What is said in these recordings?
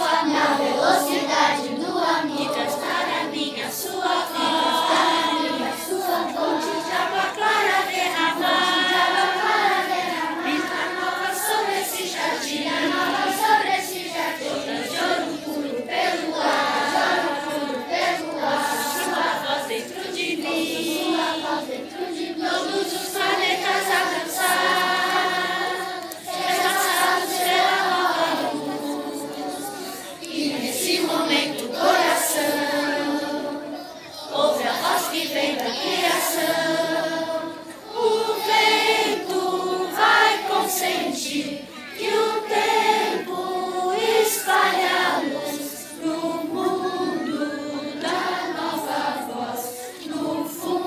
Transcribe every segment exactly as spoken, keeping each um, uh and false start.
na velocidade do amor, e cantar a minha sua voz, fonte de água clara derramar, vida nova sobre esse jardim, gotas de ouro puro pelo ar, sua voz dentro de mim, todos os planetas a dançar, traçados pela nova luz. E nesse momento o coração ouve a voz que vem da criação. O vento vai consentir que o tempo espalhe a luz no mundo da nova voz, no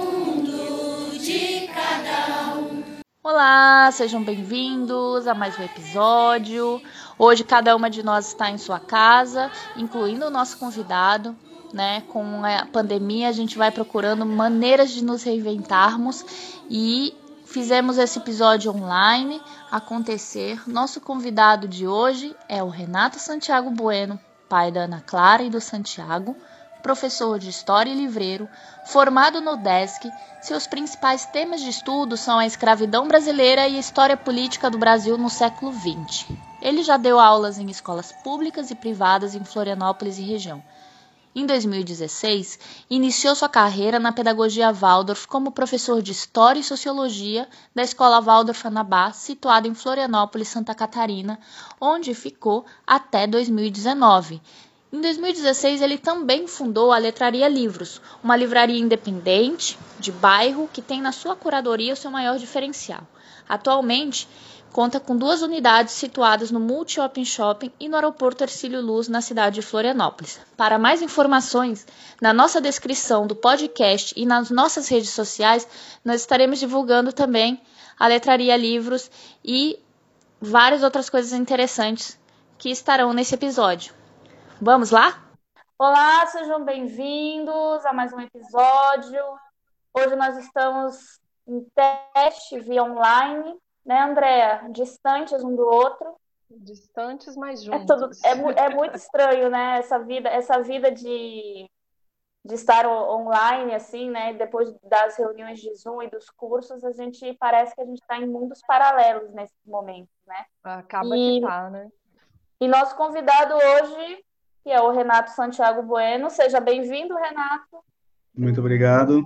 fundo de cada um. Olá, sejam bem-vindos a mais um episódio. Hoje cada uma de nós está em sua casa, incluindo o nosso convidado, né? Com a pandemia a gente vai procurando maneiras de nos reinventarmos e fizemos esse episódio online acontecer. Nosso convidado de hoje é o Renato Santiago Bueno, pai da Ana Clara e do Santiago, professor de História e livreiro, formado no D E S C. Seus principais temas de estudo são a escravidão brasileira e a história política do Brasil no século vinte. Ele já deu aulas em escolas públicas e privadas em Florianópolis e região. Em dois mil e dezesseis, iniciou sua carreira na pedagogia Waldorf como professor de História e Sociologia da Escola Waldorf Anabá, situada em Florianópolis, Santa Catarina, onde ficou até dois mil e dezenove. Em dois mil e dezesseis, ele também fundou a Letraria Livros, uma livraria independente, de bairro, que tem na sua curadoria o seu maior diferencial. Atualmente, conta com duas unidades situadas no Multi Open Shopping e no Aeroporto Hercílio Luz, na cidade de Florianópolis. Para mais informações, na nossa descrição do podcast e nas nossas redes sociais, nós estaremos divulgando também a Letraria Livros e várias outras coisas interessantes que estarão nesse episódio. Vamos lá? Olá, sejam bem-vindos a mais um episódio. Hoje nós estamos em teste via online, né, Andréa? Distantes um do outro. Distantes, mas É, juntos. tudo, é, é muito estranho, né? Essa vida, essa vida de, de estar online, assim, né? Depois das reuniões de Zoom e dos cursos, a gente parece que a gente está em mundos paralelos nesses momentos, né? Acaba E, que tá, né? E nosso convidado hoje, que é o Renato Santiago Bueno. Seja bem-vindo, Renato. Muito obrigado.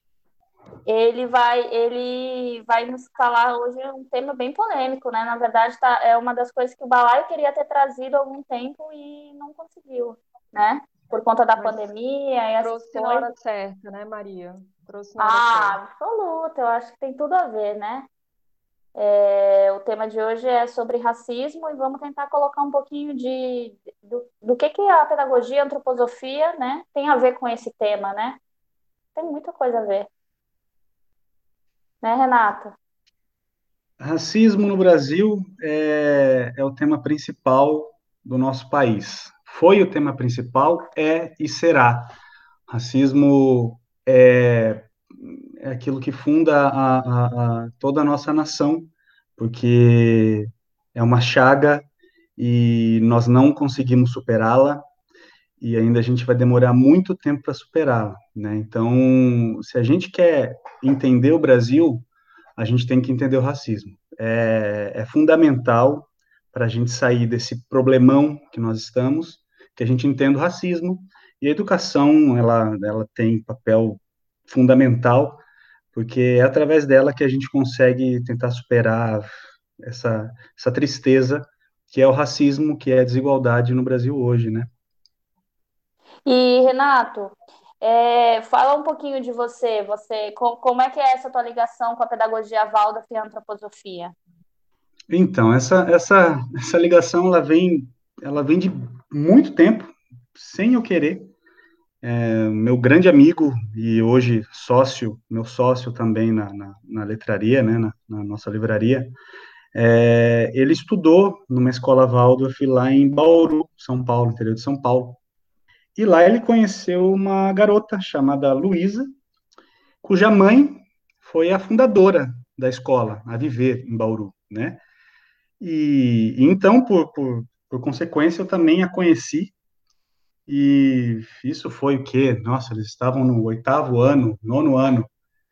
Ele vai, ele vai nos falar hoje um tema bem polêmico, né? Na verdade, tá, é uma das coisas que o Balaio queria ter trazido há algum tempo e não conseguiu, né? Por conta da Mas pandemia e essas trouxe na coisas. hora certa, né, Maria? Trouxe na hora Ah, certa. absoluto. Eu acho que tem tudo a ver, né? É, o tema de hoje é sobre racismo e vamos tentar colocar um pouquinho de do, do que, que a pedagogia, a antroposofia, né, tem a ver com esse tema, né? Tem muita coisa a ver, né, Renata? Racismo no Brasil é, é o tema principal do nosso país. Foi o tema principal, é e será. Racismo é, é aquilo que funda a, a, a toda a nossa nação, porque é uma chaga e nós não conseguimos superá-la e ainda a gente vai demorar muito tempo para superá-la, né? Então, se a gente quer entender o Brasil, a gente tem que entender o racismo. É, é fundamental para a gente sair desse problemão que nós estamos, que a gente entenda o racismo, e a educação, ela, ela tem papel fundamental, porque é através dela que a gente consegue tentar superar essa, essa tristeza que é o racismo, que é a desigualdade no Brasil hoje, né? E, Renato, é, fala um pouquinho de você. Você, co- como é que é essa tua ligação com a pedagogia Waldorf e a antroposofia? Então, essa, essa, essa ligação, ela vem, ela vem de muito tempo, sem eu querer. É, meu grande amigo e hoje sócio, meu sócio também na, na, na letraria, né, na, na nossa livraria, é, ele estudou numa escola Waldorf lá em Bauru, São Paulo, interior de São Paulo. E lá ele conheceu uma garota chamada Luísa, cuja mãe foi a fundadora da escola, a Viver, em Bauru, né? E, e então, por, por, por consequência, eu também a conheci, e isso foi o quê? Nossa, eles estavam no oitavo ano, nono ano,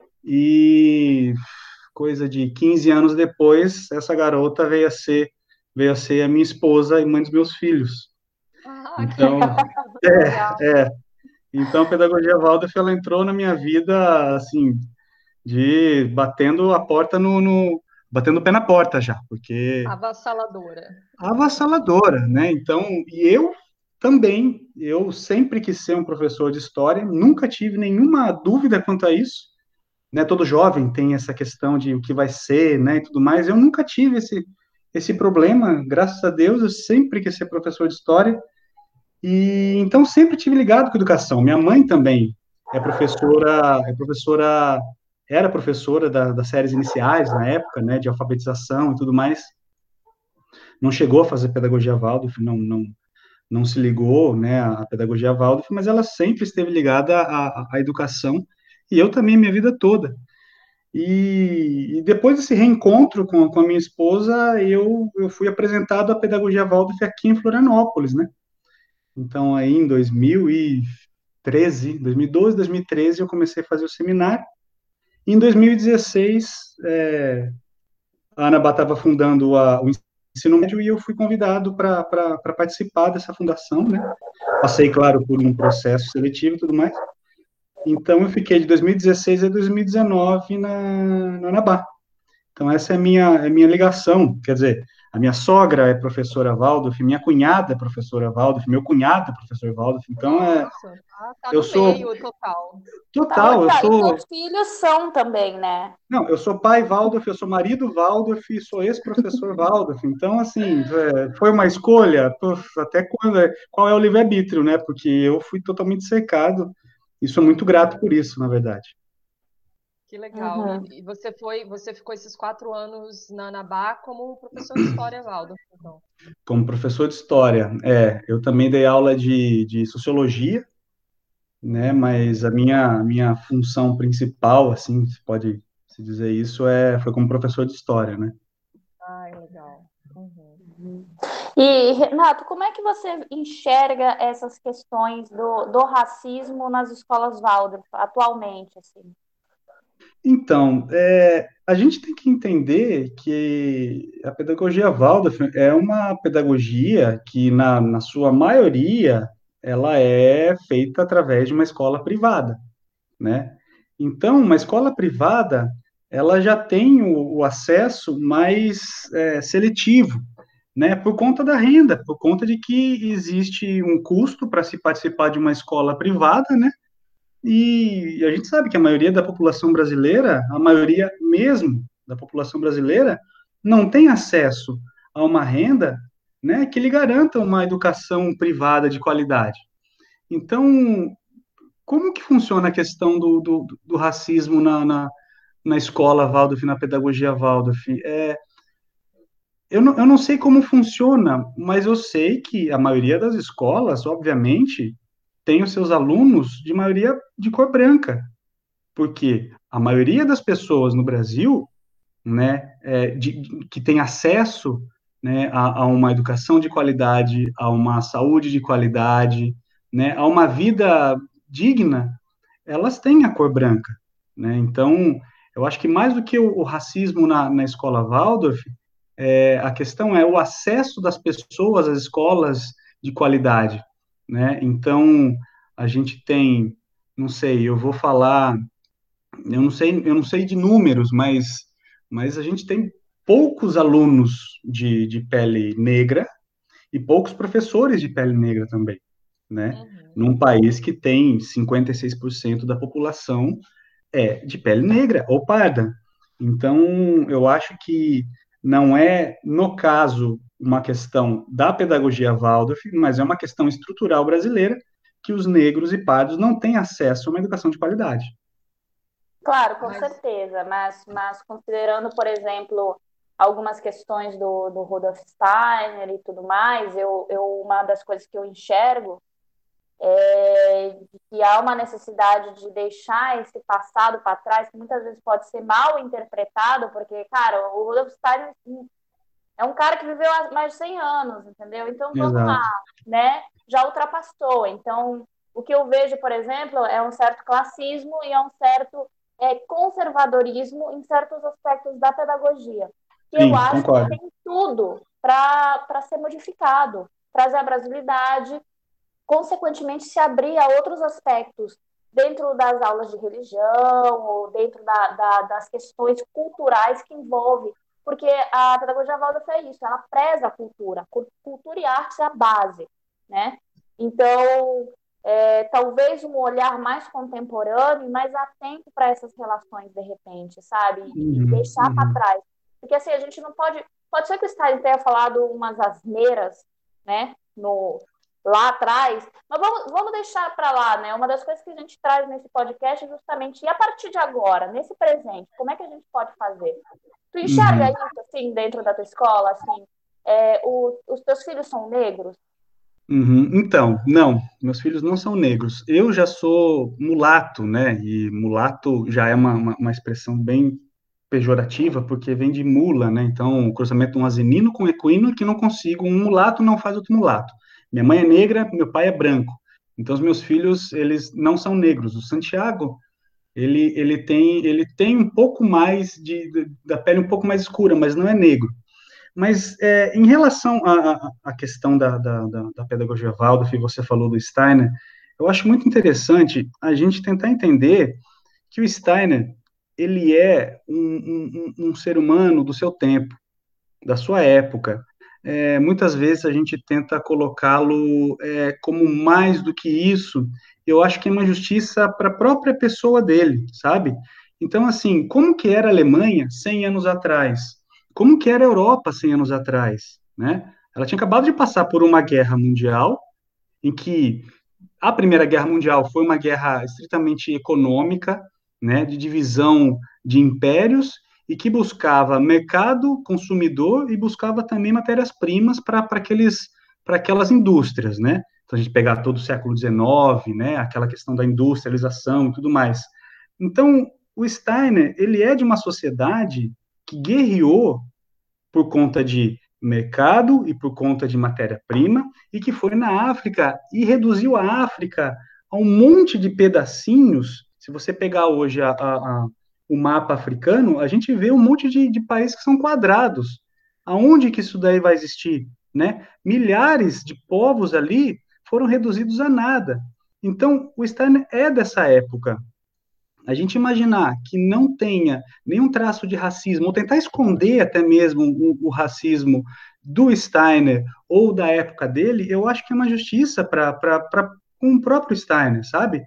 e coisa de quinze anos depois, essa garota veio a ser, veio a ser a minha esposa e mãe dos meus filhos. Ah, que Então, legal. é, então a pedagogia Waldorf, ela entrou na minha vida, assim, de batendo a porta no, no batendo o pé na porta já, porque Avassaladora. avassaladora, né? Então, e eu também, eu sempre quis ser um professor de história, nunca tive nenhuma dúvida quanto a isso, né? Todo jovem tem essa questão de o que vai ser, né, e tudo mais. Eu nunca tive esse esse problema, graças a Deus, eu sempre quis ser professor de história e então sempre tive ligado com educação. Minha mãe também é professora, é professora, era professora da, das séries iniciais na época, né, de alfabetização e tudo mais. Não chegou a fazer pedagogia Waldorf, não, não, não se ligou, né, à pedagogia Waldorf, mas ela sempre esteve ligada à, à educação, e eu também, minha vida toda. E, e depois desse reencontro com, com a minha esposa, eu, eu fui apresentado à pedagogia Waldorf aqui em Florianópolis, né? Então, aí em dois mil e treze, dois mil e doze, dois mil e treze, eu comecei a fazer o seminário. E em dois mil e dezesseis, é, a Anabá estava fundando a, o ensino médio e eu fui convidado para participar dessa fundação, né? Passei, claro, por um processo seletivo e tudo mais. Então, eu fiquei de dois mil e dezesseis a dois mil e dezenove na, na Anabá. Então, essa é a minha, é a minha ligação. Quer dizer, a minha sogra é professora Waldorf, minha cunhada é professora Waldorf, meu cunhado é professor Waldorf. Então, é, Nossa, tá, tá eu no sou meio total. Tá total, eu legal. E sou. seus filhos são também, né? Não, eu sou pai Waldorf, eu sou marido Waldorf e sou ex-professor Waldorf. Então, assim, é, foi uma escolha, puf, até quando, é- qual é o livre-arbítrio, né? Porque eu fui totalmente cercado e sou muito grato por isso, na verdade. Que legal. Uhum. E, e você foi, você ficou esses quatro anos na Anabá como professor de história, Valdo, então. Como professor de história, é, eu também dei aula de, de sociologia, né? Mas a minha, a minha função principal, assim, se pode se dizer isso, é, foi como professor de história, né? Ai, legal. Uhum. E, Renato, como é que você enxerga essas questões do, do racismo nas escolas Waldorf atualmente, assim? Então, é, a gente tem que entender que a pedagogia Waldorf é uma pedagogia que, na, na sua maioria, ela é feita através de uma escola privada, né? Então, uma escola privada, ela já tem o, o acesso mais é, seletivo, né? Por conta da renda, por conta de que existe um custo para se participar de uma escola privada, né? E a gente sabe que a maioria da população brasileira, a maioria mesmo da população brasileira, não tem acesso a uma renda, né, que lhe garanta uma educação privada de qualidade. Então, como que funciona a questão do, do, do racismo na, na, na escola Waldorf, na pedagogia Waldorf? É, eu, não, eu não sei como funciona, mas eu sei que a maioria das escolas, obviamente, tem os seus alunos de maioria de cor branca, porque a maioria das pessoas no Brasil, né, é, de, que tem acesso, né, a, a uma educação de qualidade, a uma saúde de qualidade, né, a uma vida digna, elas têm a cor branca, né? Então, eu acho que mais do que o, o racismo na, na escola Waldorf, é, a questão é o acesso das pessoas às escolas de qualidade, né? Então, a gente tem, não sei, eu vou falar, eu não sei, eu não sei de números, mas, mas a gente tem poucos alunos de, de pele negra e poucos professores de pele negra também, né? Uhum. Num país que tem cinquenta e seis por cento da população é de pele negra ou parda. Então, eu acho que não é, no caso, uma questão da pedagogia Waldorf, mas é uma questão estrutural brasileira que os negros e pardos não têm acesso a uma educação de qualidade. Claro, com Mas, certeza, mas, mas considerando, por exemplo, algumas questões do, do Rudolf Steiner e tudo mais, eu, eu, uma das coisas que eu enxergo é que há uma necessidade de deixar esse passado para trás, que muitas vezes pode ser mal interpretado, porque, cara, o Rudolf Steiner É um cara que viveu há mais de cem anos, entendeu? Então, vamos lá, Exato. né? Já ultrapassou. Então, o que eu vejo, por exemplo, é um certo classismo e é um certo é, conservadorismo em certos aspectos da pedagogia, que eu Sim, acho que concordo. tem tudo para ser modificado, trazer a brasilidade, consequentemente se abrir a outros aspectos dentro das aulas de religião ou dentro da, da, das questões culturais que envolve, porque a pedagogia Waldorf é isso, ela preza a cultura, cultura e arte é a base, né? Então, é, talvez um olhar mais contemporâneo e mais atento para essas relações, de repente, sabe? E Uhum, deixar para uhum. trás. Porque, assim, a gente não pode... Pode ser que o Stalin tenha falado umas asneiras, né? No, lá atrás, mas vamos, vamos deixar para lá, né? Uma das coisas que a gente traz nesse podcast é justamente, e a partir de agora, nesse presente, como é que a gente pode fazer? Tu enxerga Uhum. isso, assim, dentro da tua escola, assim, é, o, os teus filhos são negros? Uhum. Então, não, meus filhos não são negros. Eu já sou mulato, né? E mulato já é uma, uma, uma expressão bem pejorativa, porque vem de mula, né? Então, o cruzamento de um azenino com equino que não consigo, um mulato não faz outro mulato. Minha mãe é negra, meu pai é branco. Então, os meus filhos, eles não são negros. O Santiago, ele, ele tem, ele tem um pouco mais de, de- da pele um pouco mais escura, mas não é negro. Mas é, em relação à, à- à questão da, da, da, da pedagogia Waldorf, você falou do Steiner, eu acho muito interessante a gente tentar entender que o Steiner, ele é um, um, um um ser humano do seu tempo, da sua época. É, muitas vezes a gente tenta colocá-lo é, como mais do que isso. Eu acho que é uma injustiça para a própria pessoa dele, sabe? Então, assim, como que era a Alemanha cem anos atrás? Como que era a Europa cem anos atrás, né? Ela tinha acabado de passar por uma guerra mundial, em que a Primeira Guerra Mundial foi uma guerra estritamente econômica, né, de divisão de impérios, e que buscava mercado consumidor e buscava também matérias-primas para aqueles para aquelas indústrias, né? Então a gente pegar todo o século dezenove, né, aquela questão da industrialização e tudo mais. Então, o Steiner, ele é de uma sociedade que guerreou por conta de mercado e por conta de matéria-prima, e que foi na África e reduziu a África a um monte de pedacinhos. Se você pegar hoje a, a, a, o mapa africano, a gente vê um monte de, de países que são quadrados. Aonde que isso daí vai existir? Né? Milhares de povos ali foram reduzidos a nada. Então, o Steiner é dessa época. A gente imaginar que não tenha nenhum traço de racismo, ou tentar esconder até mesmo o, o racismo do Steiner ou da época dele, eu acho que é uma justiça para com o próprio Steiner, sabe?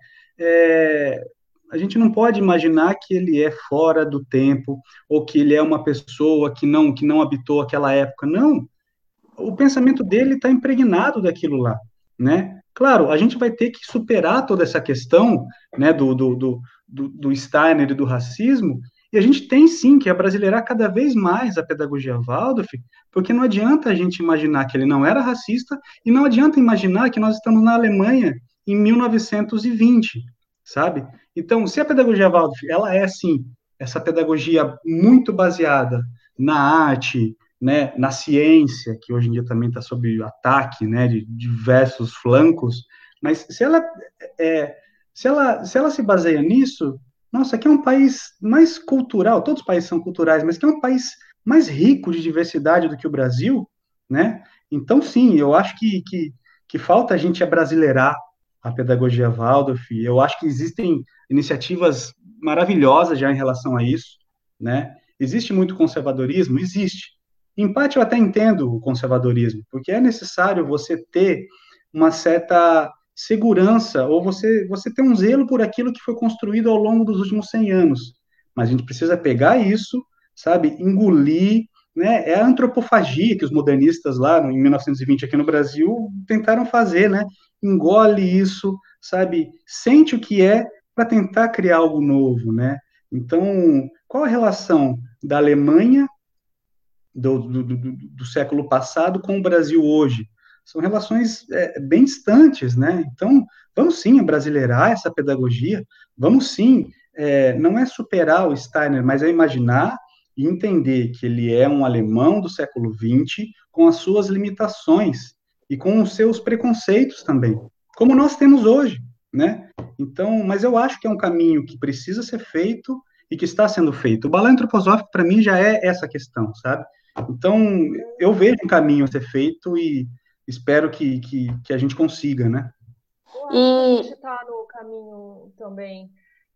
É, a gente não pode imaginar que ele é fora do tempo, ou que ele é uma pessoa que não, que não habitou aquela época. Não, o pensamento dele está impregnado daquilo lá, né? Claro, a gente vai ter que superar toda essa questão, né, do, do, do, do, do Steiner e do racismo, e a gente tem sim que abrasileirar cada vez mais a pedagogia Waldorf, porque não adianta a gente imaginar que ele não era racista, e não adianta imaginar que nós estamos na Alemanha em mil novecentos e vinte, sabe? Então, se a pedagogia Waldorf, ela é, sim, essa pedagogia muito baseada na arte, né, na ciência, que hoje em dia também está sob ataque, né, de diversos flancos, mas se ela, é, se ela, se ela se baseia nisso, nossa, aqui é um país mais cultural, todos os países são culturais, mas que é um país mais rico de diversidade do que o Brasil, né? Então, sim, eu acho que, que, que falta a gente abrasileirar a pedagogia Waldorf, eu acho que existem iniciativas maravilhosas já em relação a isso, né? Existe muito conservadorismo? Existe, em parte, eu até entendo o conservadorismo, porque é necessário você ter uma certa segurança, ou você, você ter um zelo por aquilo que foi construído ao longo dos últimos cem anos. Mas a gente precisa pegar isso, sabe, engolir, né? É a antropofagia que os modernistas lá em mil novecentos e vinte aqui no Brasil tentaram fazer, né? Engole isso, sabe, sente o que é para tentar criar algo novo, né? Então, qual a relação da Alemanha do, do, do, do século passado com o Brasil hoje? São relações é, bem distantes, né? Então, vamos sim abrasileirar essa pedagogia, vamos sim, é, não é superar o Steiner, mas é imaginar e entender que ele é um alemão do século vinte com as suas limitações e com os seus preconceitos também, como nós temos hoje, né? Então, mas eu acho que é um caminho que precisa ser feito e que está sendo feito. O balé antroposófico, para mim, já é essa questão, sabe? Então, eu vejo um caminho a ser feito e espero que, que, que a gente consiga, né? Eu acho que a gente está no caminho também.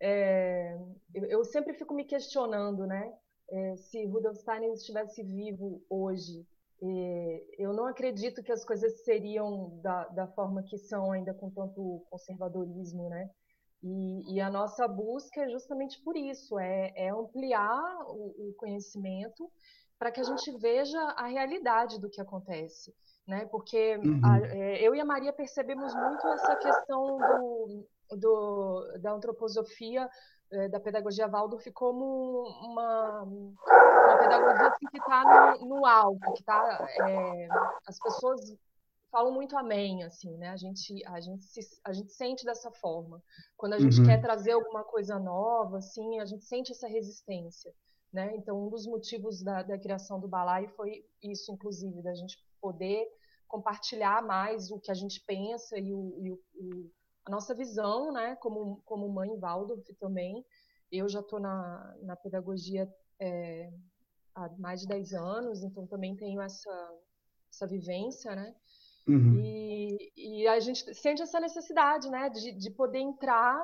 É, eu, eu sempre fico me questionando, né? É, se Rudolf Steiner estivesse vivo hoje, é, eu não acredito que as coisas seriam da, da forma que são ainda com tanto conservadorismo, né? E, e a nossa busca é justamente por isso, é, é ampliar o, o conhecimento para que a gente veja a realidade do que acontece, né? Porque a, Uhum. é, eu e a Maria percebemos muito essa questão do, do, da antroposofia, é, da pedagogia Waldorf como uma, uma pedagogia assim, que está no, no alto, que tá, é, as pessoas falam muito amém, assim, né? A gente, a gente, se, a gente sente dessa forma. Quando a gente quer Uhum. trazer alguma coisa nova, assim, a gente sente essa resistência, né? Então, um dos motivos da, da criação do Balai foi isso, inclusive, da gente poder compartilhar mais o que a gente pensa e, o, e o, o, a nossa visão, né? Como, como mãe Waldorf também. Eu já estou na, na pedagogia é, há mais de dez anos, então também tenho essa, essa vivência, né? Uhum. E, e a gente sente essa necessidade, né, de, de poder entrar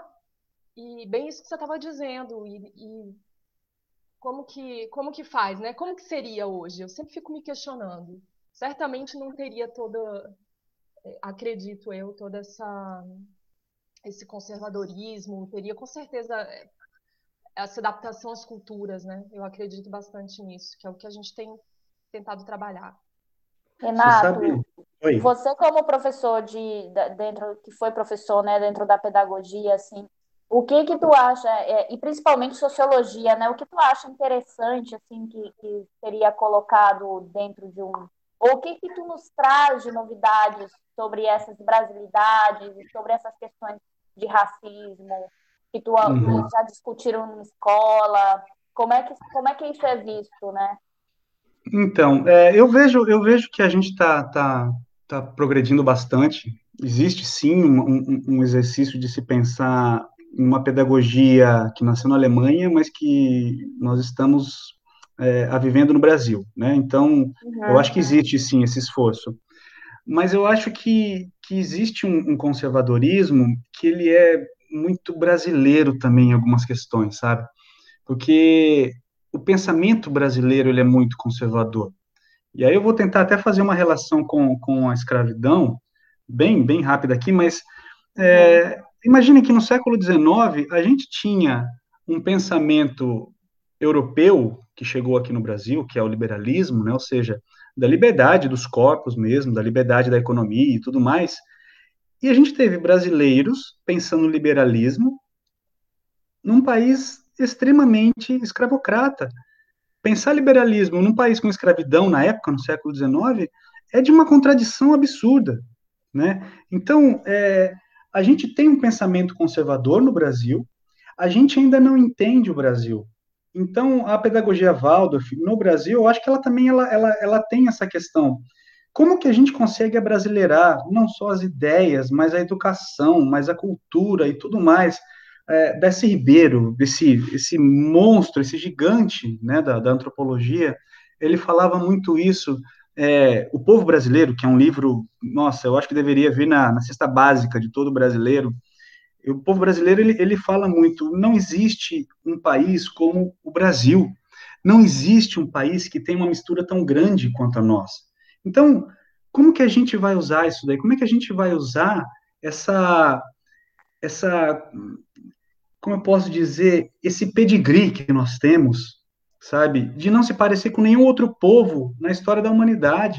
e bem isso que você estava dizendo e, e como que como que faz, né? Como que seria hoje? Eu sempre fico me questionando. Certamente não teria toda, acredito eu, toda essa esse conservadorismo, teria com certeza essa adaptação às culturas, né? Eu acredito bastante nisso, que é o que a gente tem tentado trabalhar. Você sabe? Renato, Oi. você como professor de da- dentro que foi professor, né, dentro da pedagogia, assim, o que que tu acha, é, e principalmente sociologia, né, o que tu acha interessante, assim, que, que seria colocado dentro de um, ou o que que tu nos traz de novidades sobre essas brasilidades e sobre essas questões de racismo que tu que Uhum. já discutiram na escola, como é que como é que isso é visto, né? Então, é, eu vejo, eu vejo que a gente está tá, tá progredindo bastante. Existe sim um, um- um exercício de se pensar em uma pedagogia que nasceu na Alemanha, mas que nós estamos é, a vivendo no Brasil, né? Então, eu acho Uhum. que existe sim esse esforço. Mas eu acho que, que existe um, um conservadorismo que ele é muito brasileiro também em algumas questões, sabe? Porque o pensamento brasileiro ele é muito conservador. E aí eu vou tentar até fazer uma relação com, com a escravidão, bem, bem rápida aqui, mas Uhum. é, imagine que no século dezenove a gente tinha um pensamento europeu que chegou aqui no Brasil, que é o liberalismo, né? Ou seja, da liberdade dos corpos mesmo, da liberdade da economia e tudo mais. E a gente teve brasileiros pensando no liberalismo num país extremamente escravocrata. Pensar liberalismo num país com escravidão na época, no século dezenove, é de uma contradição absurda, né? Então, é, a gente tem um pensamento conservador no Brasil, a gente ainda não entende o Brasil. Então, a pedagogia Waldorf no Brasil, eu acho que ela também ela, ela, ela tem essa questão. Como que a gente consegue abrasileirar não só as ideias, mas a educação, mas a cultura e tudo mais? É, Darcy Ribeiro, esse, esse monstro, esse gigante, né, da, da antropologia, ele falava muito isso. É, O Povo Brasileiro, que é um livro, nossa, eu acho que deveria vir na, na cesta básica de todo brasileiro. E o povo brasileiro, ele, ele fala muito, não existe um país como o Brasil, não existe um país que tem uma mistura tão grande quanto a nós. Então, como que a gente vai usar isso daí? Como é que a gente vai usar essa, essa como eu posso dizer, esse pedigree que nós temos, sabe, de não se parecer com nenhum outro povo na história da humanidade.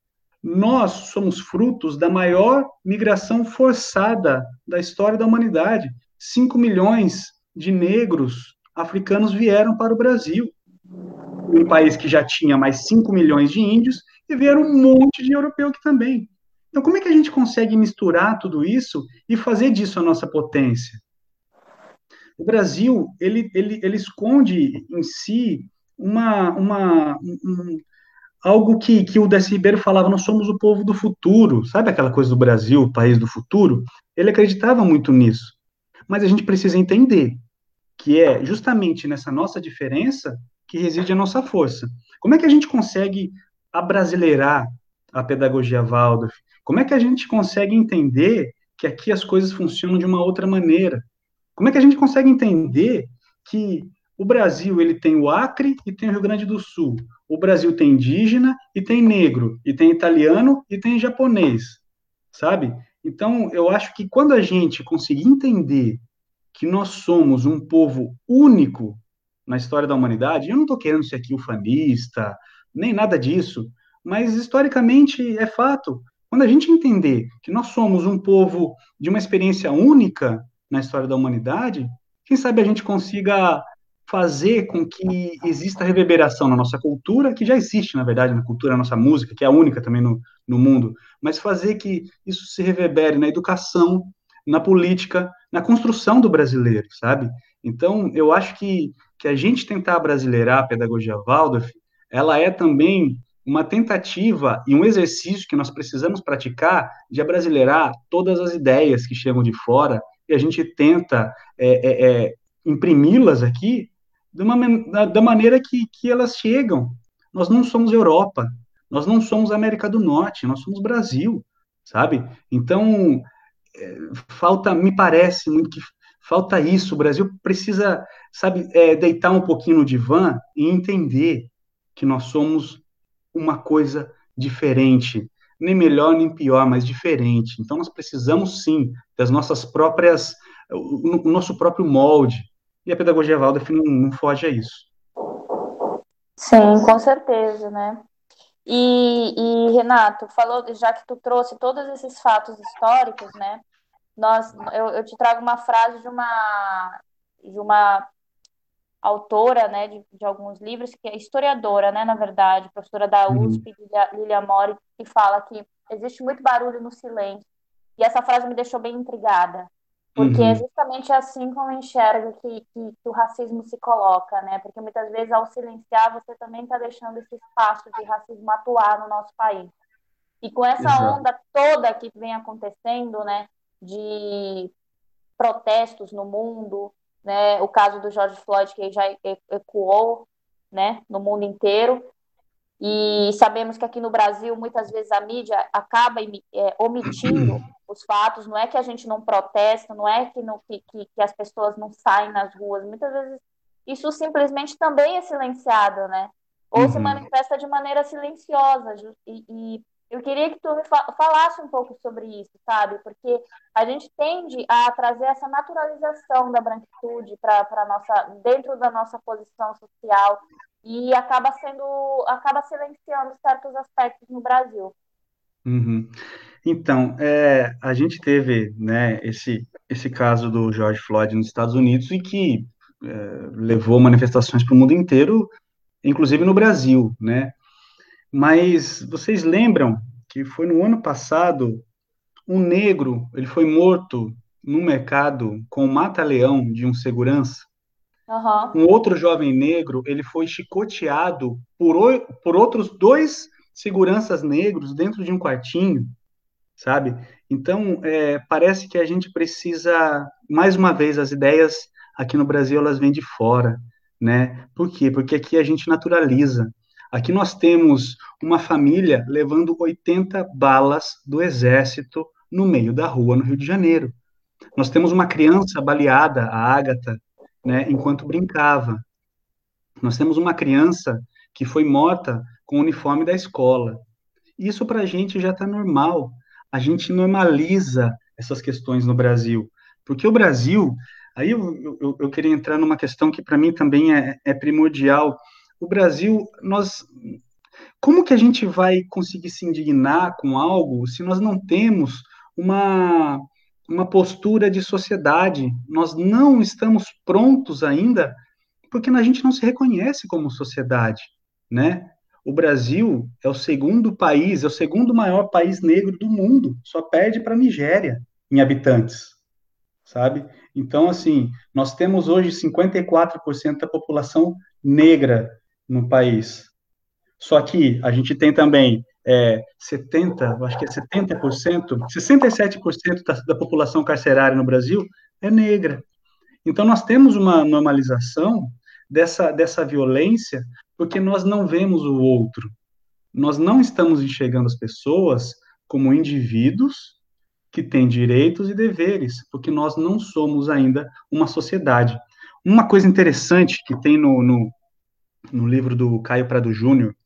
Nós somos frutos da maior migração forçada da história da humanidade. Cinco milhões de negros africanos vieram para o Brasil, um país que já tinha mais cinco milhões de índios, e vieram um monte de europeu que também. Então, como é que a gente consegue misturar tudo isso e fazer disso a nossa potência? O Brasil, ele, ele, ele esconde em si uma, uma, um, um- algo que, que o Darcy Ribeiro falava, nós somos o povo do futuro, sabe aquela coisa do Brasil, o país do futuro? Ele acreditava muito nisso. Mas a gente precisa entender que é justamente nessa nossa diferença que reside a nossa força. Como é que a gente consegue abrasileirar a pedagogia Waldorf? Como é que a gente consegue entender que aqui as coisas funcionam de uma outra maneira? Como é que a gente consegue entender que o Brasil ele tem o Acre e tem o Rio Grande do Sul? O Brasil tem indígena e tem negro, e tem italiano e tem japonês, sabe? Então, eu acho que quando a gente conseguir entender que nós somos um povo único na história da humanidade, eu não estou querendo ser aqui ufanista, nem nada disso, mas historicamente é fato. Quando a gente entender que nós somos um povo de uma experiência única na história da humanidade, quem sabe a gente consiga fazer com que exista reverberação na nossa cultura, que já existe, na verdade, na cultura, na nossa música, que é a única também no, no mundo, mas fazer que isso se reverbere na educação, na política, na construção do brasileiro, sabe? Então, eu acho que, que a gente tentar brasileirar a pedagogia Waldorf, ela é também uma tentativa e um exercício que nós precisamos praticar de abrasileirar todas as ideias que chegam de fora e a gente tenta é, é, é, imprimi-las aqui de uma, da, da maneira que, que elas chegam. Nós não somos Europa, nós não somos América do Norte, nós somos Brasil, sabe? Então, falta, me parece muito que falta isso. O Brasil precisa, sabe, é, deitar um pouquinho no divã e entender que nós somos uma coisa diferente, nem melhor nem pior, mas diferente. Então nós precisamos sim das nossas próprias, o, o nosso próprio molde. E a pedagogia Waldorf não, não foge a isso. Sim, com certeza, né? E, e, Renato, falou, já que tu trouxe todos esses fatos históricos, né? Nós, eu, eu te trago uma frase de uma, de uma autora, né, de, de alguns livros, que é historiadora, né, na verdade, professora da Uhum. U S P, Lilia, Lilia Mori, que fala que existe muito barulho no silêncio. E essa frase me deixou bem intrigada, porque é Uhum. justamente assim como eu enxergo que, que, que o racismo se coloca, né? Porque muitas vezes, ao silenciar, você também está deixando esse espaço de racismo atuar no nosso país. E com essa Exato. onda toda que vem acontecendo, né, de protestos no mundo, né, o caso do George Floyd que já ecoou, né, no mundo inteiro, e sabemos que aqui no Brasil muitas vezes a mídia acaba é, omitindo os fatos, não é que a gente não protesta, não é que, não, que, que, que as pessoas não saem nas ruas, muitas vezes isso simplesmente também é silenciado, né? Ou se Uhum. manifesta de maneira silenciosa. E, e eu queria que tu me fa falasse um pouco sobre isso, sabe? Porque a gente tende a trazer essa naturalização da branquitude para nossa dentro da nossa posição social e acaba sendo acaba silenciando certos aspectos no Brasil. Uhum. Então, é, a gente teve, né, esse, esse caso do George Floyd nos Estados Unidos e que é, levou manifestações para o mundo inteiro, inclusive no Brasil, né? Mas vocês lembram que foi no ano passado um negro, ele foi morto no mercado com um mata-leão de um segurança. Aham. Um outro jovem negro, ele foi chicoteado por, oi- por outros dois seguranças negros dentro de um quartinho, sabe? Então, é, parece que a gente precisa, mais uma vez, as ideias aqui no Brasil, elas vêm de fora, né? Por quê? Porque aqui a gente naturaliza. Aqui nós temos uma família levando oitenta balas do exército no meio da rua, no Rio de Janeiro. Nós temos uma criança baleada, a Ágata, né, enquanto brincava. Nós temos uma criança que foi morta com o uniforme da escola. Isso para a gente já está normal. A gente normaliza essas questões no Brasil. Porque o Brasil, aí eu, eu, eu queria entrar numa questão que para mim também é, é primordial. O Brasil, nós, como que a gente vai conseguir se indignar com algo se nós não temos uma, uma postura de sociedade? Nós não estamos prontos ainda porque a gente não se reconhece como sociedade, né? O Brasil é o segundo país, é o segundo maior país negro do mundo, só perde para a Nigéria em habitantes, sabe? Então, assim, nós temos hoje cinquenta e quatro por cento da população negra no país. Só que a gente tem também é, setenta, eu acho que é setenta por cento, sessenta e sete por cento da, da população carcerária no Brasil é negra. Então, nós temos uma normalização dessa, dessa violência porque nós não vemos o outro. Nós não estamos enxergando as pessoas como indivíduos que têm direitos e deveres, porque nós não somos ainda uma sociedade. Uma coisa interessante que tem no, no, no livro do Caio Prado Júnior,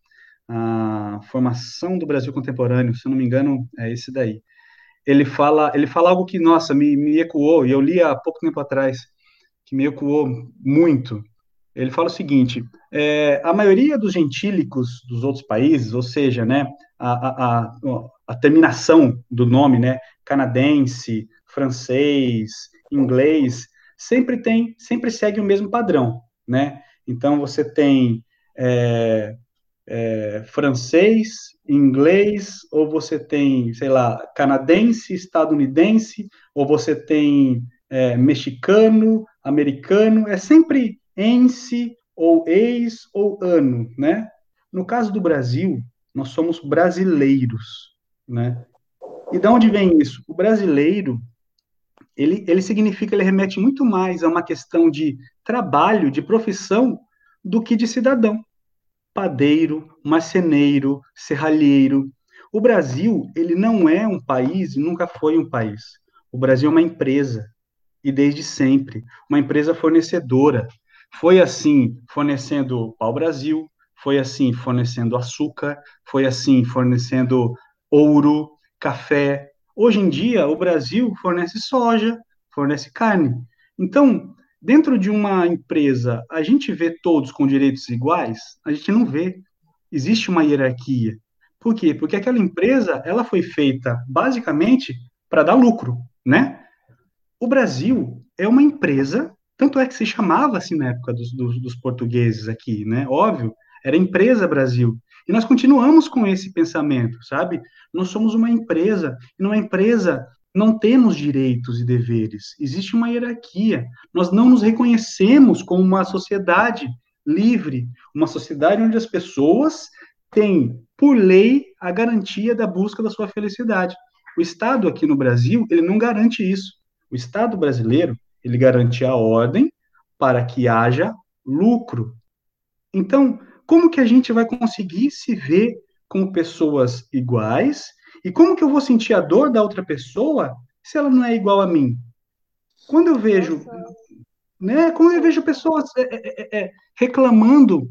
a Formação do Brasil Contemporâneo, se eu não me engano, é esse daí. Ele fala, ele fala algo que, nossa, me, me ecoou, e eu li há pouco tempo atrás, que me ecoou muito. Ele fala o seguinte: é, a maioria dos gentílicos dos outros países, ou seja, né, a, a, a, a terminação do nome, né, canadense, francês, inglês, sempre tem, sempre segue o mesmo padrão, né? Então você tem é, é, francês, inglês, ou você tem, sei lá, canadense, estadunidense, ou você tem é, mexicano, americano, é sempre ense, ou ex, ou ano, né? No caso do Brasil, nós somos brasileiros, né? E de onde vem isso? O brasileiro, ele, ele significa, ele remete muito mais a uma questão de trabalho, de profissão, do que de cidadão. Padeiro, marceneiro, serralheiro. O Brasil, ele não é um país e nunca foi um país. O Brasil é uma empresa, e desde sempre, uma empresa fornecedora. Foi assim fornecendo pau-brasil, foi assim fornecendo açúcar, foi assim fornecendo ouro, café. Hoje em dia, o Brasil fornece soja, fornece carne. Então, dentro de uma empresa, a gente vê todos com direitos iguais? A gente não vê. Existe uma hierarquia. Por quê? Porque aquela empresa, ela foi feita basicamente para dar lucro, né? O Brasil é uma empresa, tanto é que se chamava assim na época dos, dos, dos portugueses aqui, né? Óbvio, era Empresa Brasil. E nós continuamos com esse pensamento, sabe? Nós somos uma empresa, e numa empresa não temos direitos e deveres, existe uma hierarquia. Nós não nos reconhecemos como uma sociedade livre, uma sociedade onde as pessoas têm, por lei, a garantia da busca da sua felicidade. O Estado aqui no Brasil, ele não garante isso. O Estado brasileiro, ele garante a ordem para que haja lucro. Então, como que a gente vai conseguir se ver como pessoas iguais? E como que eu vou sentir a dor da outra pessoa se ela não é igual a mim? Quando eu vejo, Nossa, né, quando eu vejo pessoas é, é, é, reclamando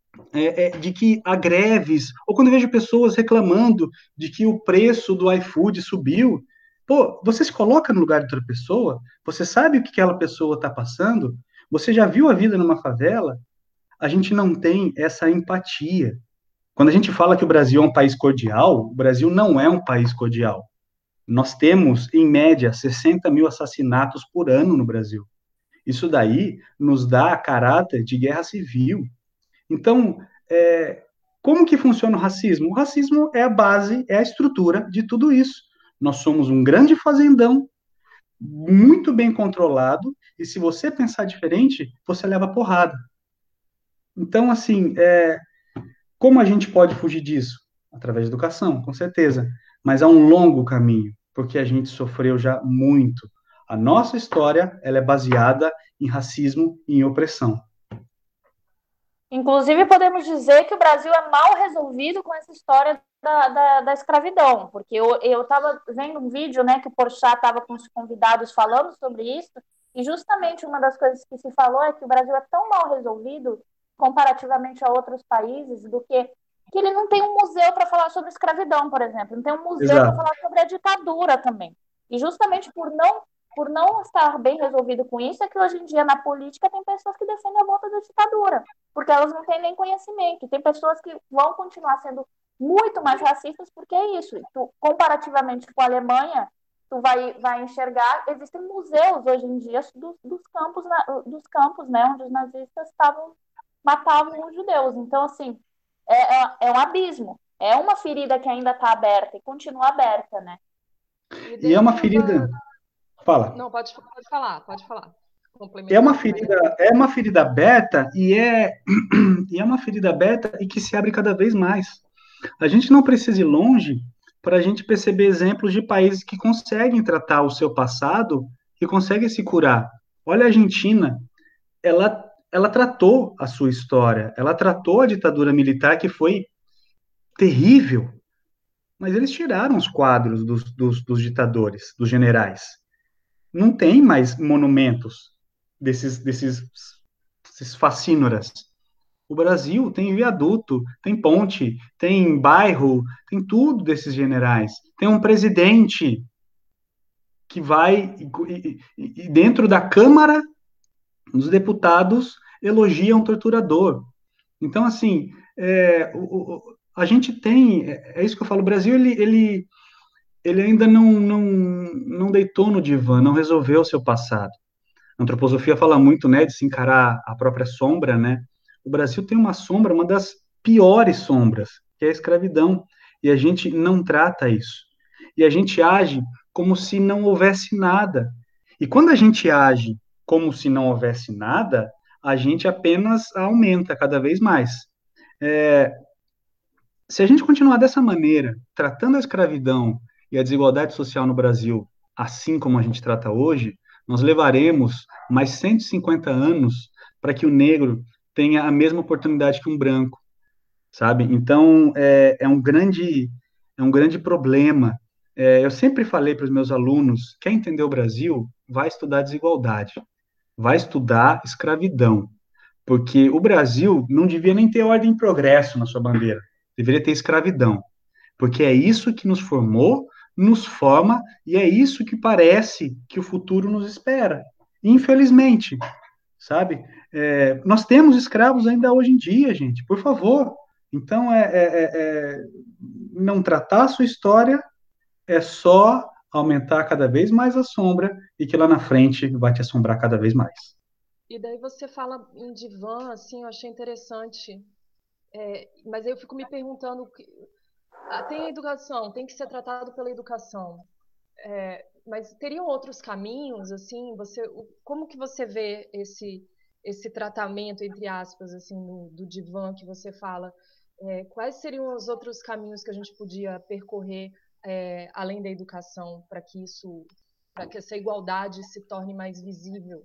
é, é, de que há greves, ou quando eu vejo pessoas reclamando de que o preço do iFood subiu, pô, você se coloca no lugar de outra pessoa, você sabe o que aquela pessoa está passando, você já viu a vida numa favela, a gente não tem essa empatia. Quando a gente fala que o Brasil é um país cordial, o Brasil não é um país cordial. Nós temos, em média, sessenta mil assassinatos por ano no Brasil. Isso daí nos dá caráter de guerra civil. Então, é, como que funciona o racismo? O racismo é a base, é a estrutura de tudo isso. Nós somos um grande fazendão, muito bem controlado, e se você pensar diferente, você leva porrada. Então, assim, é, como a gente pode fugir disso? Através da educação, com certeza. Mas há um longo caminho, porque a gente sofreu já muito. A nossa história, ela é baseada em racismo e em opressão. Inclusive, podemos dizer que o Brasil é mal resolvido com essa história da, da, da escravidão, porque eu estava vendo um vídeo, né, que o Porchat estava com os convidados falando sobre isso, e justamente uma das coisas que se falou é que o Brasil é tão mal resolvido, comparativamente a outros países, do que, que ele não tem um museu para falar sobre escravidão, por exemplo, não tem um museu para Exato. falar sobre a ditadura também. E justamente por não por não estar bem resolvido com isso, é que hoje em dia na política tem pessoas que defendem a volta da ditadura, porque elas não têm nem conhecimento. Tem pessoas que vão continuar sendo muito mais racistas porque é isso. Tu, comparativamente com a Alemanha, tu vai, vai enxergar, existem museus hoje em dia dos, dos campos, dos campos, né, onde os nazistas estavam, matavam os judeus. Então, assim, é, é, é um abismo. É uma ferida que ainda está aberta e continua aberta, né? e E é uma dentro ferida. da... Fala. Não, pode, pode falar, pode falar. É uma complementando, né? ferida, é uma ferida aberta e é, e é uma ferida aberta e que se abre cada vez mais. A gente não precisa ir longe para a gente perceber exemplos de países que conseguem tratar o seu passado e conseguem se curar. Olha a Argentina, ela, ela tratou a sua história, ela tratou a ditadura militar que foi terrível, mas eles tiraram os quadros dos, dos, dos ditadores, dos generais. Não tem mais monumentos desses, desses, desses facínoras. O Brasil tem viaduto, tem ponte, tem bairro, tem tudo desses generais. Tem um presidente que vai, e, e, e dentro da Câmara, os deputados elogiam um torturador. Então, assim, é, o, o, a gente tem, é, é isso que eu falo, o Brasil, ele, ele, ele ainda não, não, não deitou no divã, não resolveu o seu passado. A antroposofia fala muito, né, de se encarar a própria sombra, né? O Brasil tem uma sombra, uma das piores sombras, que é a escravidão, e a gente não trata isso. E a gente age como se não houvesse nada. E quando a gente age como se não houvesse nada, a gente apenas aumenta cada vez mais. É, se a gente continuar dessa maneira, tratando a escravidão e a desigualdade social no Brasil, assim como a gente trata hoje, nós levaremos mais cento e cinquenta anos para que o negro tenha a mesma oportunidade que um branco, sabe? Então, é, é um grande, é um grande problema. É, eu sempre falei para os meus alunos, quer entender o Brasil, vai estudar desigualdade, vai estudar escravidão, porque o Brasil não devia nem ter ordem e progresso na sua bandeira, deveria ter escravidão, porque é isso que nos formou, nos forma e é isso que parece que o futuro nos espera. Infelizmente, sabe? É, nós temos escravos ainda hoje em dia, gente, por favor. Então, é, é, é, é, não tratar a sua história é só aumentar cada vez mais a sombra e que lá na frente vai te assombrar cada vez mais. E daí você fala em divã, assim, eu achei interessante. É, mas aí eu fico me perguntando, que- ah, tem a educação, tem que ser tratado pela educação. É, mas teriam outros caminhos, assim, você, o- como que você vê esse esse tratamento, entre aspas, assim, no- do divã que você fala? É, quais seriam os outros caminhos que a gente podia percorrer, é, além da educação, para que isso, para que essa igualdade se torne mais visível?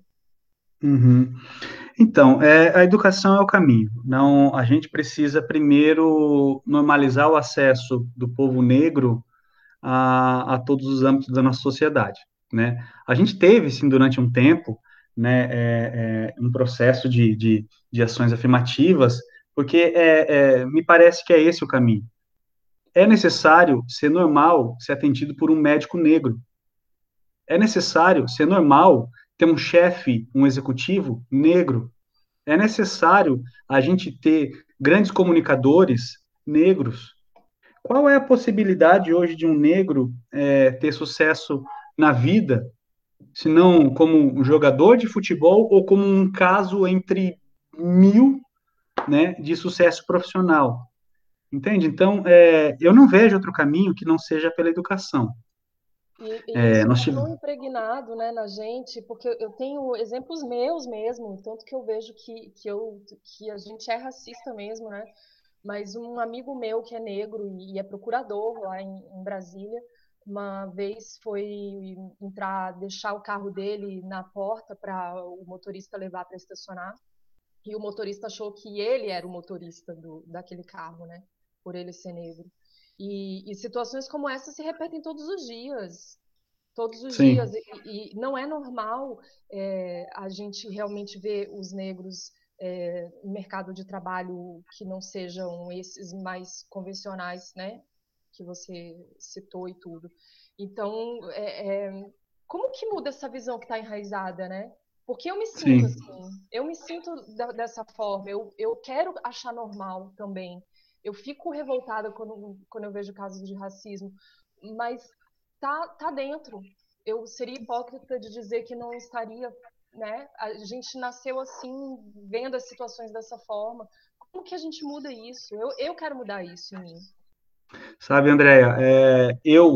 Uhum. Então, é, a educação é o caminho. Não, a gente precisa primeiro normalizar o acesso do povo negro a, a todos os âmbitos da nossa sociedade, né? A gente teve, sim, durante um tempo, né, é, é, um processo de, de, de ações afirmativas, porque é, é, me parece que é esse o caminho. É necessário ser normal ser atendido por um médico negro. É necessário ser normal ter um chefe, um executivo negro. É necessário a gente ter grandes comunicadores negros. Qual é a possibilidade hoje de um negro é, ter sucesso na vida, se não como um jogador de futebol ou como um caso entre mil, né, de sucesso profissional? Entende? Então, é, eu não vejo outro caminho que não seja pela educação. E, e É, isso nós está tivemos. tão impregnado, né, na gente, porque eu tenho exemplos meus mesmo, tanto que eu vejo que, que, eu, que a gente é racista mesmo, né? Mas um amigo meu que é negro e é procurador lá em, em Brasília, uma vez foi entrar, deixar o carro dele na porta para o motorista levar para estacionar, e o motorista achou que ele era o motorista do, daquele carro, né? Por ele ser negro. E, e situações como essa se repetem todos os dias, todos os dias, Sim, e, e não é normal é, a gente realmente ver os negros é, no mercado de trabalho que não sejam esses mais convencionais, né? Que você citou e tudo. Então, é, é, como que muda essa visão que está enraizada, né? Porque eu me sinto sim, assim, eu me sinto da- dessa forma, eu, eu quero achar normal também. Eu fico revoltada quando, quando eu vejo casos de racismo, mas tá, tá dentro. Eu seria hipócrita de dizer que não estaria, né? A gente nasceu assim, vendo as situações dessa forma. Como que a gente muda isso? Eu, eu quero mudar isso em mim. sabe, Andréia, é, eu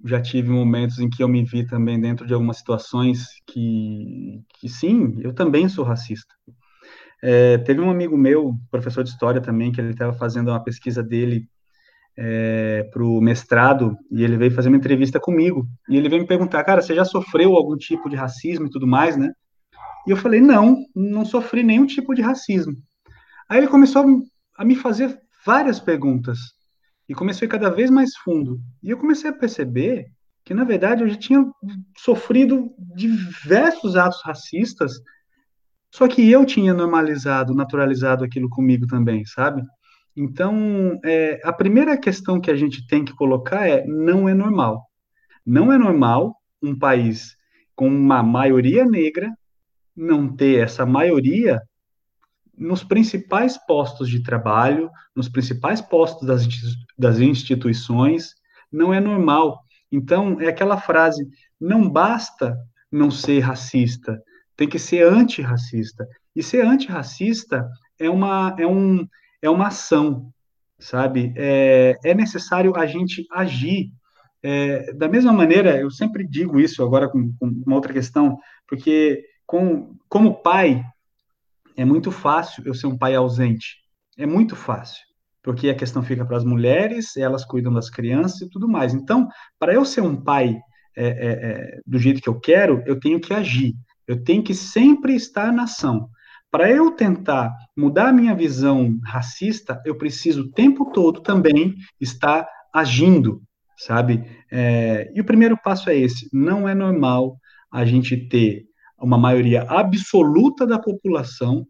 já tive momentos em que eu me vi também dentro de algumas situações que, que sim, eu também sou racista. É, teve um amigo meu, professor de história também, que ele estava fazendo uma pesquisa dele para o mestrado, e ele veio fazer uma entrevista comigo, e ele veio me perguntar, cara, você já sofreu algum tipo de racismo e tudo mais, né? E eu falei, não, não sofri nenhum tipo de racismo. Aí ele começou a me fazer várias perguntas, e começou a ir cada vez mais fundo. E eu comecei a perceber que, na verdade, eu já tinha sofrido diversos atos racistas, só que eu tinha normalizado, naturalizado aquilo comigo também, sabe? Então, é, a primeira questão que a gente tem que colocar é: não é normal. Não é normal um país com uma maioria negra não ter essa maioria nos principais postos de trabalho, nos principais postos das, das instituições. Não é normal. Então, é aquela frase: não basta não ser racista, tem que ser antirracista. E ser antirracista é uma, é um, é uma ação, sabe? É, é necessário a gente agir. É, da mesma maneira, eu sempre digo isso agora com, com uma outra questão, porque com, como pai, é muito fácil eu ser um pai ausente. É muito fácil. Porque a questão fica para as mulheres, elas cuidam das crianças e tudo mais. Então, para eu ser um pai é, é, é, do jeito que eu quero, eu tenho que agir. Eu tenho que sempre estar na ação. Para eu tentar mudar a minha visão racista, eu preciso o tempo todo também estar agindo, sabe? É, e o primeiro passo é esse: não é normal a gente ter uma maioria absoluta da população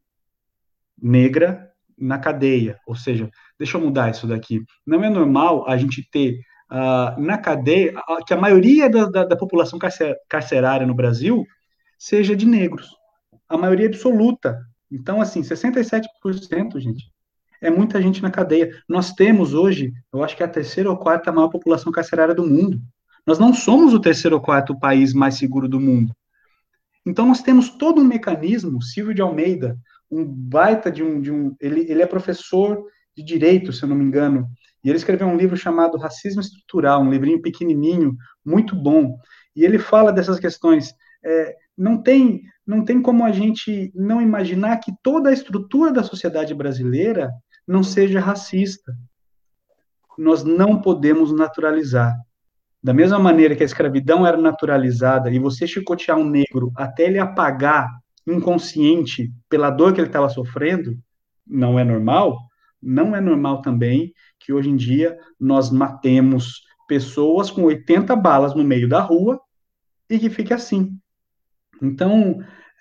negra na cadeia. Ou seja, deixa eu mudar isso daqui. Não é normal a gente ter uh, na cadeia uh, que a maioria da, da, da população carcer, carcerária no Brasil seja de negros. A maioria absoluta. Então, assim, sessenta e sete por cento, gente, é muita gente na cadeia. Nós temos hoje, eu acho que é a terceira ou quarta maior população carcerária do mundo. Nós não somos o terceiro ou quarto país mais seguro do mundo. Então, nós temos todo um mecanismo. Silvio de Almeida, um baita de um. De um ele, ele é professor de direito, se eu não me engano, e ele escreveu um livro chamado Racismo Estrutural, um livrinho pequenininho, muito bom. E ele fala dessas questões. É, não tem, não tem como a gente não imaginar que toda a estrutura da sociedade brasileira não seja racista. Nós não podemos naturalizar. Da mesma maneira que a escravidão era naturalizada e você chicotear um negro até ele apagar inconsciente pela dor que ele estava sofrendo, não é normal, não é normal também que hoje em dia nós matemos pessoas com oitenta balas no meio da rua e que fique assim. Então,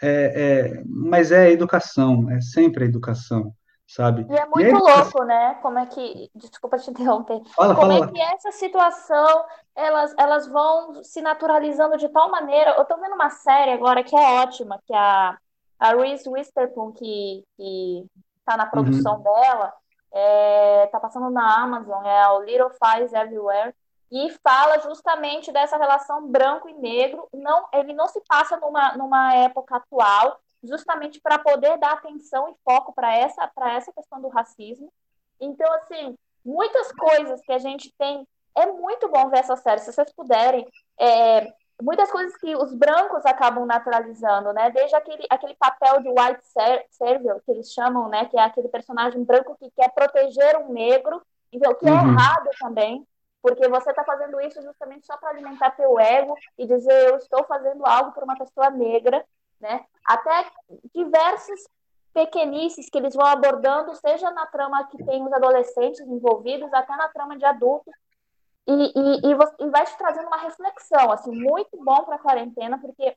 é, é, mas é a educação, é sempre a educação, sabe? E é E a muito educação... louco, né? Como é que. Desculpa te interromper. Fala, Como fala é lá. que essa situação elas, elas vão se naturalizando de tal maneira. Eu tô vendo uma série agora que é ótima, que é a, a Reese Witherspoon, que, que tá na produção Uhum, dela, é, tá passando na Amazon, é o Little Fires Everywhere, e fala justamente dessa relação branco e negro. Não, ele não se passa numa, numa época atual, justamente para poder dar atenção e foco para essa, para essa questão do racismo. Então, assim, muitas coisas que a gente tem. É muito bom ver essa série, se vocês puderem. É, muitas coisas que os brancos acabam naturalizando, né? Desde aquele, aquele papel de white savior, que eles chamam, né? Que é aquele personagem branco que quer proteger um negro, então, que é uhum, errado também, porque você está fazendo isso justamente só para alimentar teu ego e dizer eu estou fazendo algo por uma pessoa negra, né? Até diversas pequenices que eles vão abordando, seja na trama que tem os adolescentes envolvidos, até na trama de adultos, e, e, e, você, e vai te trazendo uma reflexão, assim, muito bom para a quarentena, porque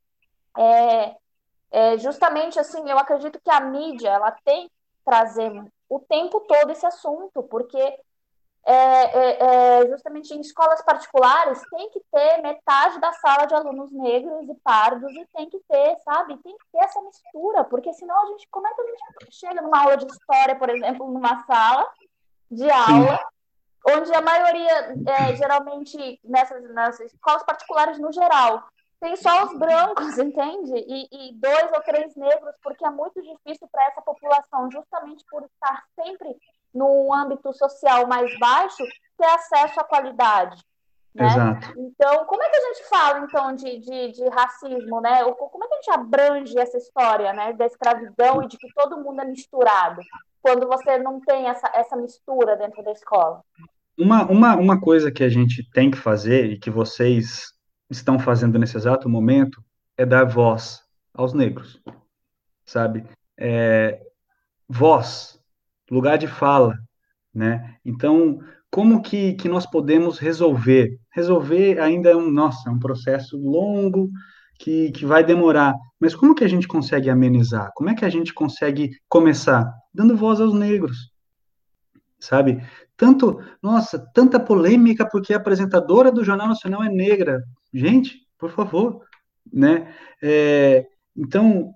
é, é, justamente, assim, eu acredito que a mídia, ela tem que trazer o tempo todo esse assunto, porque é, é, é, justamente em escolas particulares tem que ter metade da sala de alunos negros e pardos e tem que ter, sabe? Tem que ter essa mistura, porque senão a gente, como é que a gente chega numa aula de história, por exemplo, numa sala de sim, aula, onde a maioria, é, geralmente, nessas, nessas escolas particulares no geral, tem só os brancos, entende? E, e dois ou três negros, porque é muito difícil para essa população, justamente por estar sempre num âmbito social mais baixo, ter acesso à qualidade. né? Exato. Então, como é que a gente fala, então, de, de, de racismo, né? Como é que a gente abrange essa história, né, da escravidão e de que todo mundo é misturado, quando você não tem essa, essa mistura dentro da escola? Uma, uma, uma coisa que a gente tem que fazer e que vocês estão fazendo nesse exato momento é dar voz aos negros, sabe? É, voz, lugar de fala, né? Então, como que, que nós podemos resolver? Resolver ainda é um, nossa, é um processo longo que, que vai demorar, mas como que a gente consegue amenizar? Como é que a gente consegue começar? Dando voz aos negros, sabe? Tanto, nossa, tanta polêmica porque a apresentadora do Jornal Nacional é negra. Gente, por favor, né? É, então,